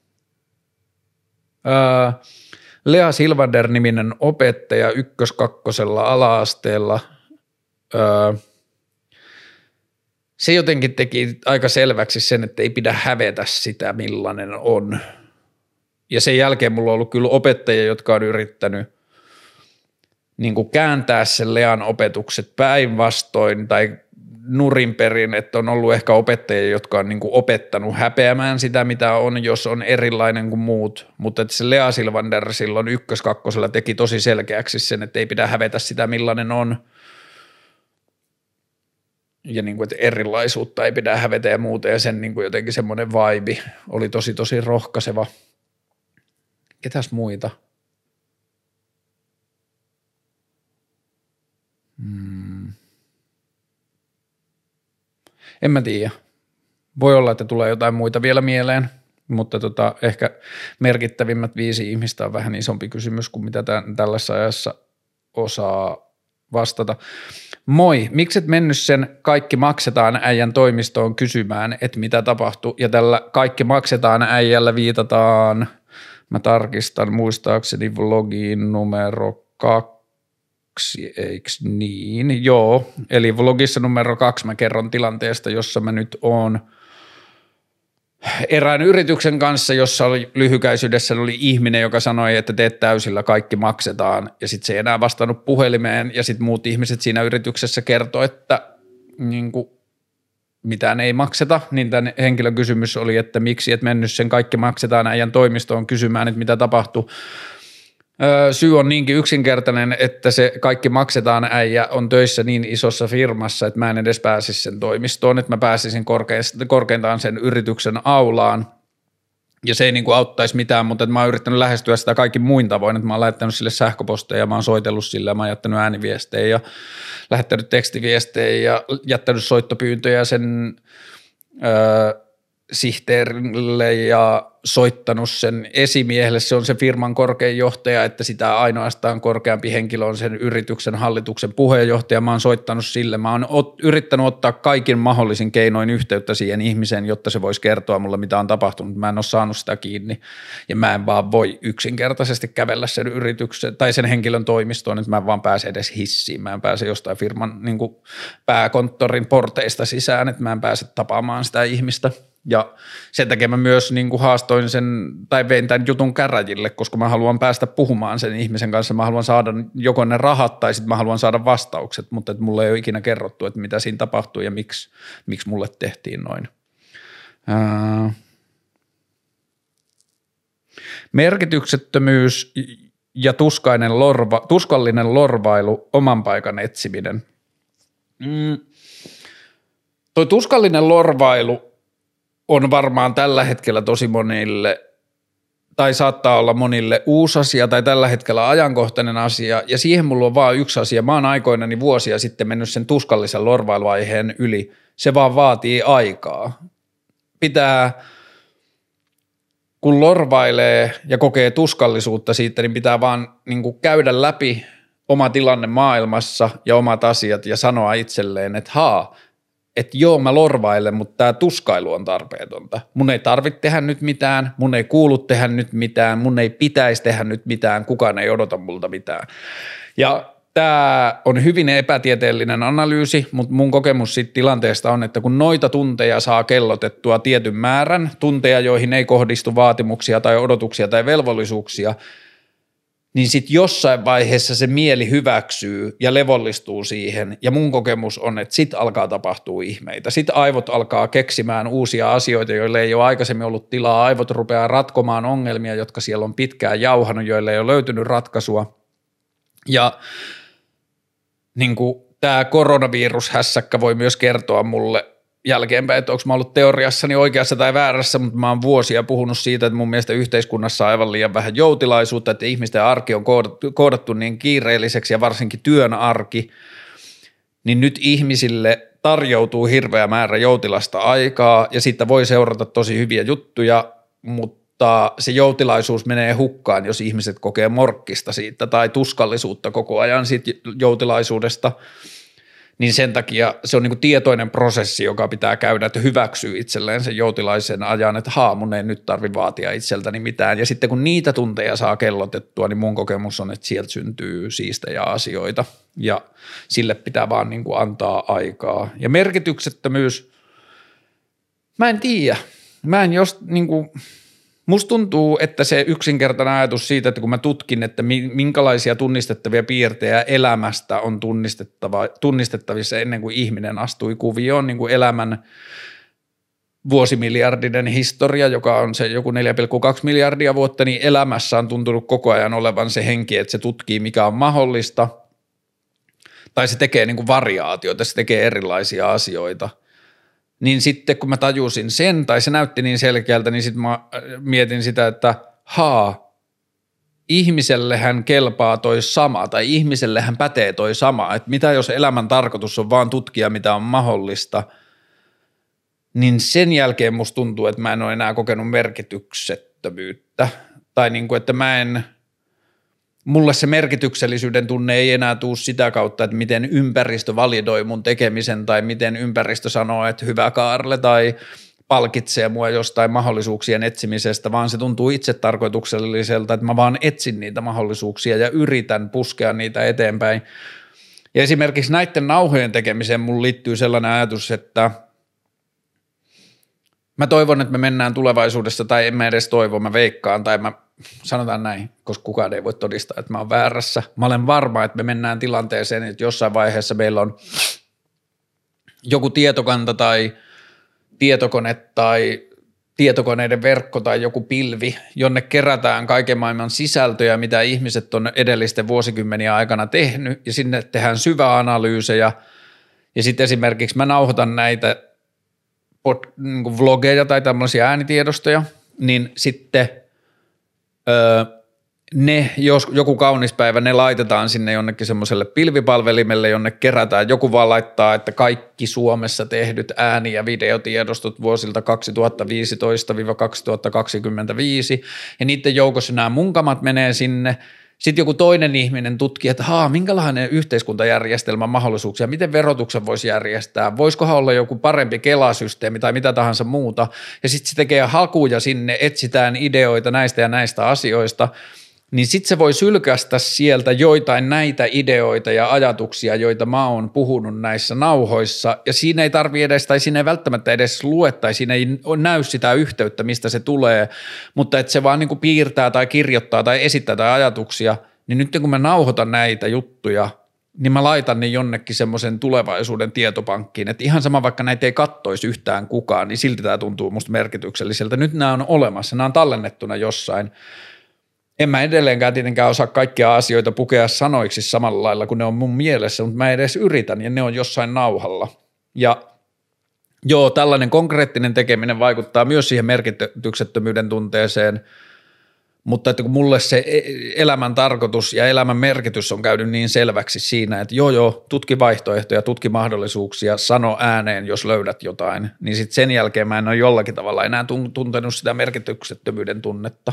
Lea Silvander-niminen opettaja 1-2 ala-asteella. Se jotenkin teki aika selväksi sen, että ei pidä hävetä sitä, millainen on. Ja sen jälkeen mulla on ollut kyllä opettajia, jotka on yrittänyt niin kuin kääntää sen Lean opetukset päinvastoin tai nurin perin, että on ollut ehkä opettajia, jotka on niin kuin opettanut häpeämään sitä, mitä on, jos on erilainen kuin muut, mutta että se Lea Silvander silloin 1-2 teki tosi selkeäksi sen, että ei pidä hävetä sitä, millainen on, ja niin kuin, että erilaisuutta ei pidä hävetä ja muuta, ja sen niin kuin jotenkin semmoinen vibe oli tosi rohkaiseva. Ketäs muita? En mä tiedä. Voi olla, että tulee jotain muita vielä mieleen, mutta ehkä merkittävimmät 5 ihmistä on vähän isompi kysymys kuin mitä tällaisessa ajassa osaa vastata. Moi, mikset mennyt sen kaikki maksetaan äijän toimistoon kysymään, että mitä tapahtui, ja tällä kaikki maksetaan äijällä viitataan, mä tarkistan muistaakseni vlogiin numero 2, eikö niin? Joo, eli vlogissa numero 2 mä kerron tilanteesta, jossa mä nyt oon erään yrityksen kanssa, jossa oli lyhykäisyydessä oli ihminen, joka sanoi, että teet täysillä, kaikki maksetaan, ja sitten se ei enää vastannut puhelimeen, ja sitten muut ihmiset siinä yrityksessä kertoi, että niin kuin, mitään ei makseta, niin tämän henkilön kysymys oli, että miksi et mennyt sen kaikki maksetaan äijän toimistoon kysymään, että mitä tapahtui. Syy on niinkin yksinkertainen, että se kaikki maksetaan äijä on töissä niin isossa firmassa, että mä en edes pääsisi sen toimistoon, että mä pääsisin korkeintaan sen yrityksen aulaan, ja se ei niin kuin auttaisi mitään, mutta mä oon yrittänyt lähestyä sitä kaikki muin tavoin, että mä oon lähettänyt sille sähköposteja, mä oon soitellut sille, ja mä oon jättänyt ääniviestejä ja lähettänyt tekstiviestejä ja jättänyt soittopyyntöjä sen sihteerille ja soittanut sen esimiehelle, se on se firman korkein johtaja, että sitä ainoastaan korkeampi henkilö on sen yrityksen hallituksen puheenjohtaja, mä oon soittanut sille, mä oon yrittänyt ottaa kaikin mahdollisin keinoin yhteyttä siihen ihmiseen, jotta se voisi kertoa mulle, mitä on tapahtunut, mä en ole saanut sitä kiinni, ja mä en vaan voi yksinkertaisesti kävellä sen yrityksen tai sen henkilön toimistoon, että mä en vaan pääse edes hissiin, mä en pääse jostain firman niin kuin pääkonttorin porteista sisään, että mä en pääse tapaamaan sitä ihmistä. Ja sen takia mä myös niin kuin haastoin sen tai vein tämän jutun käräjille, koska mä haluan päästä puhumaan sen ihmisen kanssa. Mä haluan saada joko ne rahat tai sitten mä haluan saada vastaukset, mutta että mulle ei ole ikinä kerrottu, että mitä siinä tapahtui ja miksi mulle tehtiin noin. Merkityksettömyys ja tuskallinen lorvailu, oman paikan etsiminen. Toi tuskallinen lorvailu on varmaan tällä hetkellä tosi monille, tai saattaa olla monille uusi asia tai tällä hetkellä ajankohtainen asia, ja siihen mulla on vaan yksi asia. Mä oon aikoinani vuosia sitten mennyt sen tuskallisen lorvailuaiheen yli. Se vaan vaatii aikaa. Kun lorvailee ja kokee tuskallisuutta siitä, niin pitää vaan niin kuin käydä läpi oma tilanne maailmassa ja omat asiat ja sanoa itselleen, että että joo mä lorvailen, mutta tämä tuskailu on tarpeetonta. Mun ei tarvitse tehdä nyt mitään, mun ei kuulu tehdä nyt mitään, mun ei pitäisi tehdä nyt mitään, kukaan ei odota multa mitään. Ja tämä on hyvin epätieteellinen analyysi, mutta mun kokemus siitä tilanteesta on, että kun noita tunteja saa kellotettua tietyn määrän, tunteja, joihin ei kohdistu vaatimuksia tai odotuksia tai velvollisuuksia, niin sitten jossain vaiheessa se mieli hyväksyy ja levollistuu siihen, ja mun kokemus on, että sitten alkaa tapahtua ihmeitä. Sitten aivot alkaa keksimään uusia asioita, joille ei ole aikaisemmin ollut tilaa. Aivot rupeaa ratkomaan ongelmia, jotka siellä on pitkään jauhanut, joille ei ole löytynyt ratkaisua. Ja niin kuin tämä koronavirushässäkkä voi myös kertoa mulle jälkeenpäin, että onko mä ollut teoriassani oikeassa tai väärässä, mutta mä oon vuosia puhunut siitä, että mun mielestä yhteiskunnassa on aivan liian vähän joutilaisuutta, että ihmisten arki on koodattu niin kiireelliseksi ja varsinkin työn arki, niin nyt ihmisille tarjoutuu hirveä määrä joutilasta aikaa ja siitä voi seurata tosi hyviä juttuja, mutta se joutilaisuus menee hukkaan, jos ihmiset kokee morkkista siitä tai tuskallisuutta koko ajan siitä joutilaisuudesta. Niin sen takia se on niin kuin tietoinen prosessi, joka pitää käydä, että hyväksyy itselleen sen joutilaisen ajan, että mun ei nyt tarvitse vaatia itseltäni mitään. Ja sitten kun niitä tunteja saa kellotettua, niin mun kokemus on, että sieltä syntyy siistejä asioita ja sille pitää vaan niin kuin antaa aikaa. Ja merkityksettömyys, mä en tiedä. Musta tuntuu, että se yksinkertainen ajatus siitä, että kun mä tutkin, että minkälaisia tunnistettavia piirteitä elämästä on tunnistettavissa ennen kuin ihminen astui kuvioon, niin kuin elämän vuosimiljardinen historia, joka on se joku 4,2 miljardia vuotta, niin elämässä on tuntunut koko ajan olevan se henki, että se tutkii mikä on mahdollista, tai se tekee niin kuin variaatioita, se tekee erilaisia asioita. Niin sitten kun mä tajusin sen, tai se näytti niin selkeältä, niin sitten mä mietin sitä, että ihmisellehän kelpaa toi sama, tai ihmisellehän pätee toi sama, että mitä jos elämän tarkoitus on vaan tutkia, mitä on mahdollista, niin sen jälkeen musta tuntuu, että mä en ole enää kokenut merkityksettömyyttä, tai niin kuin, että mulle se merkityksellisyyden tunne ei enää tule sitä kautta, että miten ympäristö validoi mun tekemisen tai miten ympäristö sanoo, että hyvä Kaarle tai palkitsee mua jostain mahdollisuuksien etsimisestä, vaan se tuntuu itse tarkoitukselliselta, että mä vaan etsin niitä mahdollisuuksia ja yritän puskea niitä eteenpäin. Ja esimerkiksi näiden nauhojen tekemiseen mun liittyy sellainen ajatus, että mä toivon, että me mennään tulevaisuudessa, tai en mä edes toivo, mä veikkaan, tai mä sanotaan näin, koska kukaan ei voi todistaa, että mä oon väärässä. Mä olen varma, että me mennään tilanteeseen, että jossain vaiheessa meillä on joku tietokanta tai tietokone tai tietokoneiden verkko tai joku pilvi, jonne kerätään kaiken maailman sisältöjä, mitä ihmiset on edellisten vuosikymmeniä aikana tehnyt, ja sinne tehdään syväanalyysejä, ja sitten esimerkiksi mä nauhoitan näitä niin vlogeja tai tämmöisiä äänitiedostoja, niin sitten jos joku kaunis päivä, ne laitetaan sinne jonnekin semmoiselle pilvipalvelimelle, jonne kerätään. Joku vaan laittaa, että kaikki Suomessa tehdyt ääni- ja videotiedostot vuosilta 2015-2025, ja niiden joukossa nämä munkamat menee sinne. Sitten joku toinen ihminen tutkii, että minkälainen yhteiskuntajärjestelmän mahdollisuuksia, miten verotuksen voisi järjestää, voisikohan olla joku parempi Kela-systeemi tai mitä tahansa muuta, ja sitten se tekee hakuja sinne, etsitään ideoita näistä ja näistä asioista, niin sitten se voi sylkästä sieltä joitain näitä ideoita ja ajatuksia, joita mä oon puhunut näissä nauhoissa, ja siinä ei tarvitse edes, tai siinä ei välttämättä edes lue, tai siinä ei näy sitä yhteyttä, mistä se tulee, mutta että se vaan niin kuin piirtää tai kirjoittaa tai esittää tai ajatuksia, niin nyt kun mä nauhoitan näitä juttuja, niin mä laitan ne jonnekin semmoisen tulevaisuuden tietopankkiin, että ihan sama vaikka näitä ei kattoisi yhtään kukaan, niin silti tämä tuntuu musta merkitykselliseltä. Nyt nämä on olemassa, nämä on tallennettuna jossain. En mä edelleenkään tietenkään osaa kaikkia asioita pukea sanoiksi samalla lailla kuin ne on mun mielessä, mutta mä edes yritän ja ne on jossain nauhalla. Ja joo, tällainen konkreettinen tekeminen vaikuttaa myös siihen merkityksettömyyden tunteeseen, mutta että kun mulle se elämän tarkoitus ja elämän merkitys on käynyt niin selväksi siinä, että tutki vaihtoehtoja, tutki mahdollisuuksia, sano ääneen, jos löydät jotain, niin sitten sen jälkeen mä en ole jollakin tavalla enää tuntenut sitä merkityksettömyyden tunnetta.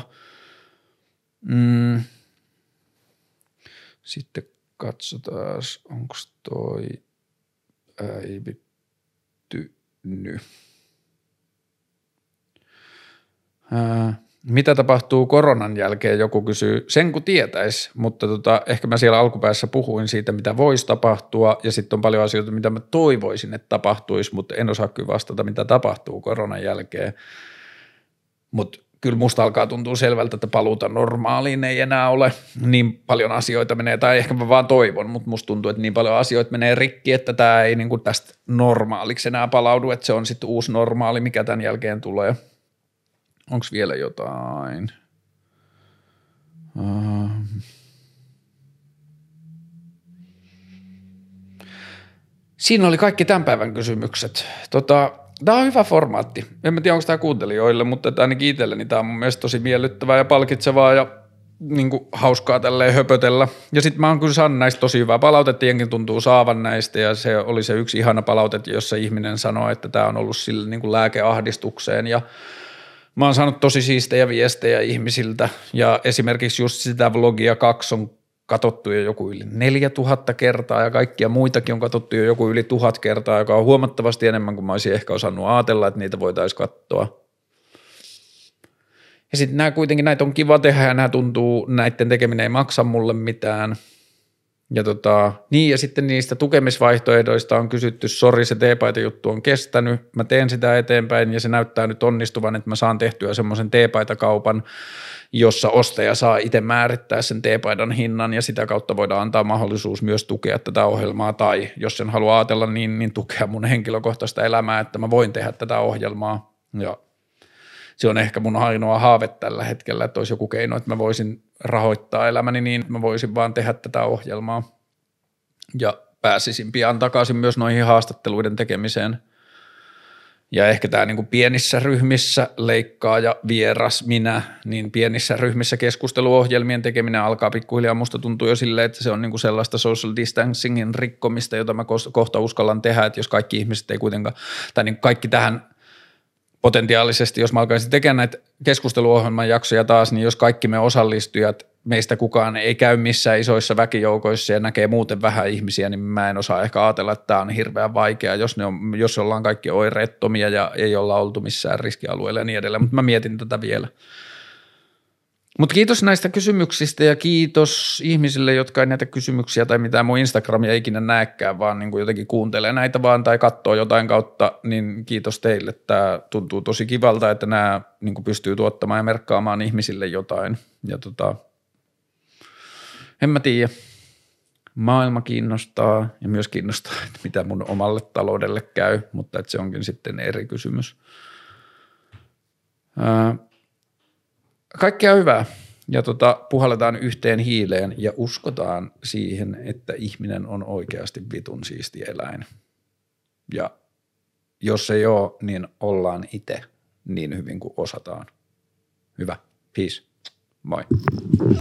Sitten katsotaan, onko toi Päivi Mitä tapahtuu koronan jälkeen, joku kysyy, sen kun tietäisi, mutta ehkä mä siellä alkupäässä puhuin siitä, mitä voisi tapahtua, ja sitten on paljon asioita, mitä mä toivoisin, että tapahtuisi, mutta en osaa kyllä vastata, mitä tapahtuu koronan jälkeen, mutta kyllä musta alkaa tuntua selvältä, että paluuta normaaliin ei enää ole, niin paljon asioita menee, tai ehkä mä vaan toivon, mutta musta tuntuu, että niin paljon asioita menee rikki, että tämä ei niinku tästä normaaliksi enää palaudu, että se on sitten uusi normaali, mikä tämän jälkeen tulee. Onko vielä jotain? Siinä oli kaikki tämän päivän kysymykset. Tämä on hyvä formaatti. En mä tiedä, onko tämä kuuntelijoille, mutta ainakin itselleni tämä on mun mielestä tosi miellyttävää ja palkitsevaa ja niin kuin hauskaa tälleen höpötellä. Ja sitten mä oon kyllä saanut näistä tosi hyvää palautetta, jenkin tuntuu saavan näistä ja se oli se yksi ihana palaute, jossa ihminen sanoi, että tämä on ollut sille niin kuin lääkeahdistukseen ja mä oon saanut tosi siistejä viestejä ihmisiltä ja esimerkiksi just sitä vlogia 2 on katsottu jo joku yli 4000 kertaa ja kaikkia muitakin on katsottu jo joku yli 1000 kertaa, joka on huomattavasti enemmän kuin mä olisin ehkä osannut ajatella, että niitä voitaisiin katsoa. Ja sitten näitä on kiva tehdä ja näiden tekeminen ei maksa mulle mitään. Ja ja sitten niistä tukemisvaihtoehdoista on kysytty, sori se teepaita-juttu on kestänyt, mä teen sitä eteenpäin ja se näyttää nyt onnistuvan, että mä saan tehtyä semmoisen teepaitakaupan, jossa ostaja saa itse määrittää sen teepaidan hinnan ja sitä kautta voidaan antaa mahdollisuus myös tukea tätä ohjelmaa tai jos sen haluaa ajatella niin tukea mun henkilökohtaista elämää, että mä voin tehdä tätä ohjelmaa ja se on ehkä mun ainoa haave tällä hetkellä, että olisi joku keino, että mä voisin rahoittaa elämäni niin, että mä voisin vaan tehdä tätä ohjelmaa ja pääsisin pian takaisin myös noihin haastatteluiden tekemiseen. Ja ehkä tämä niin kuin pienissä ryhmissä leikkaa ja vieras minä, niin pienissä ryhmissä keskusteluohjelmien tekeminen alkaa pikkuhiljaa. Musta tuntuu jo silleen, että se on niin kuin sellaista social distancingin rikkomista, jota mä kohta uskallan tehdä, että jos kaikki ihmiset ei kuitenkaan, tai niin kaikki tähän potentiaalisesti, jos mä alkaisin tekemään näitä keskusteluohjelman jaksoja taas, niin jos kaikki me osallistujat, meistä kukaan ei käy missään isoissa väkijoukoissa ja näkee muuten vähän ihmisiä, niin mä en osaa ehkä ajatella, että tämä on hirveän vaikeaa, jos ollaan kaikki oireettomia ja ei olla oltu missään riskialueella ja niin edelleen, mutta mä mietin tätä vielä. Mutta kiitos näistä kysymyksistä ja kiitos ihmisille, jotka ei näitä kysymyksiä tai mitään mun Instagramia ikinä näekään, vaan niin kuin jotenkin kuuntelee näitä vaan tai katsoo jotain kautta, niin kiitos teille. Tämä tuntuu tosi kivalta, että nämä niin kuin pystyy tuottamaan ja merkkaamaan ihmisille jotain. Ja en mä tiedä. Maailma kiinnostaa ja myös kiinnostaa, että mitä mun omalle taloudelle käy, mutta että se onkin sitten eri kysymys. Kaikkea hyvää ja puhalletaan yhteen hiileen ja uskotaan siihen, että ihminen on oikeasti vitun siisti eläin. Ja jos ei ole, niin ollaan itse niin hyvin kuin osataan. Hyvä. Peace. Moi.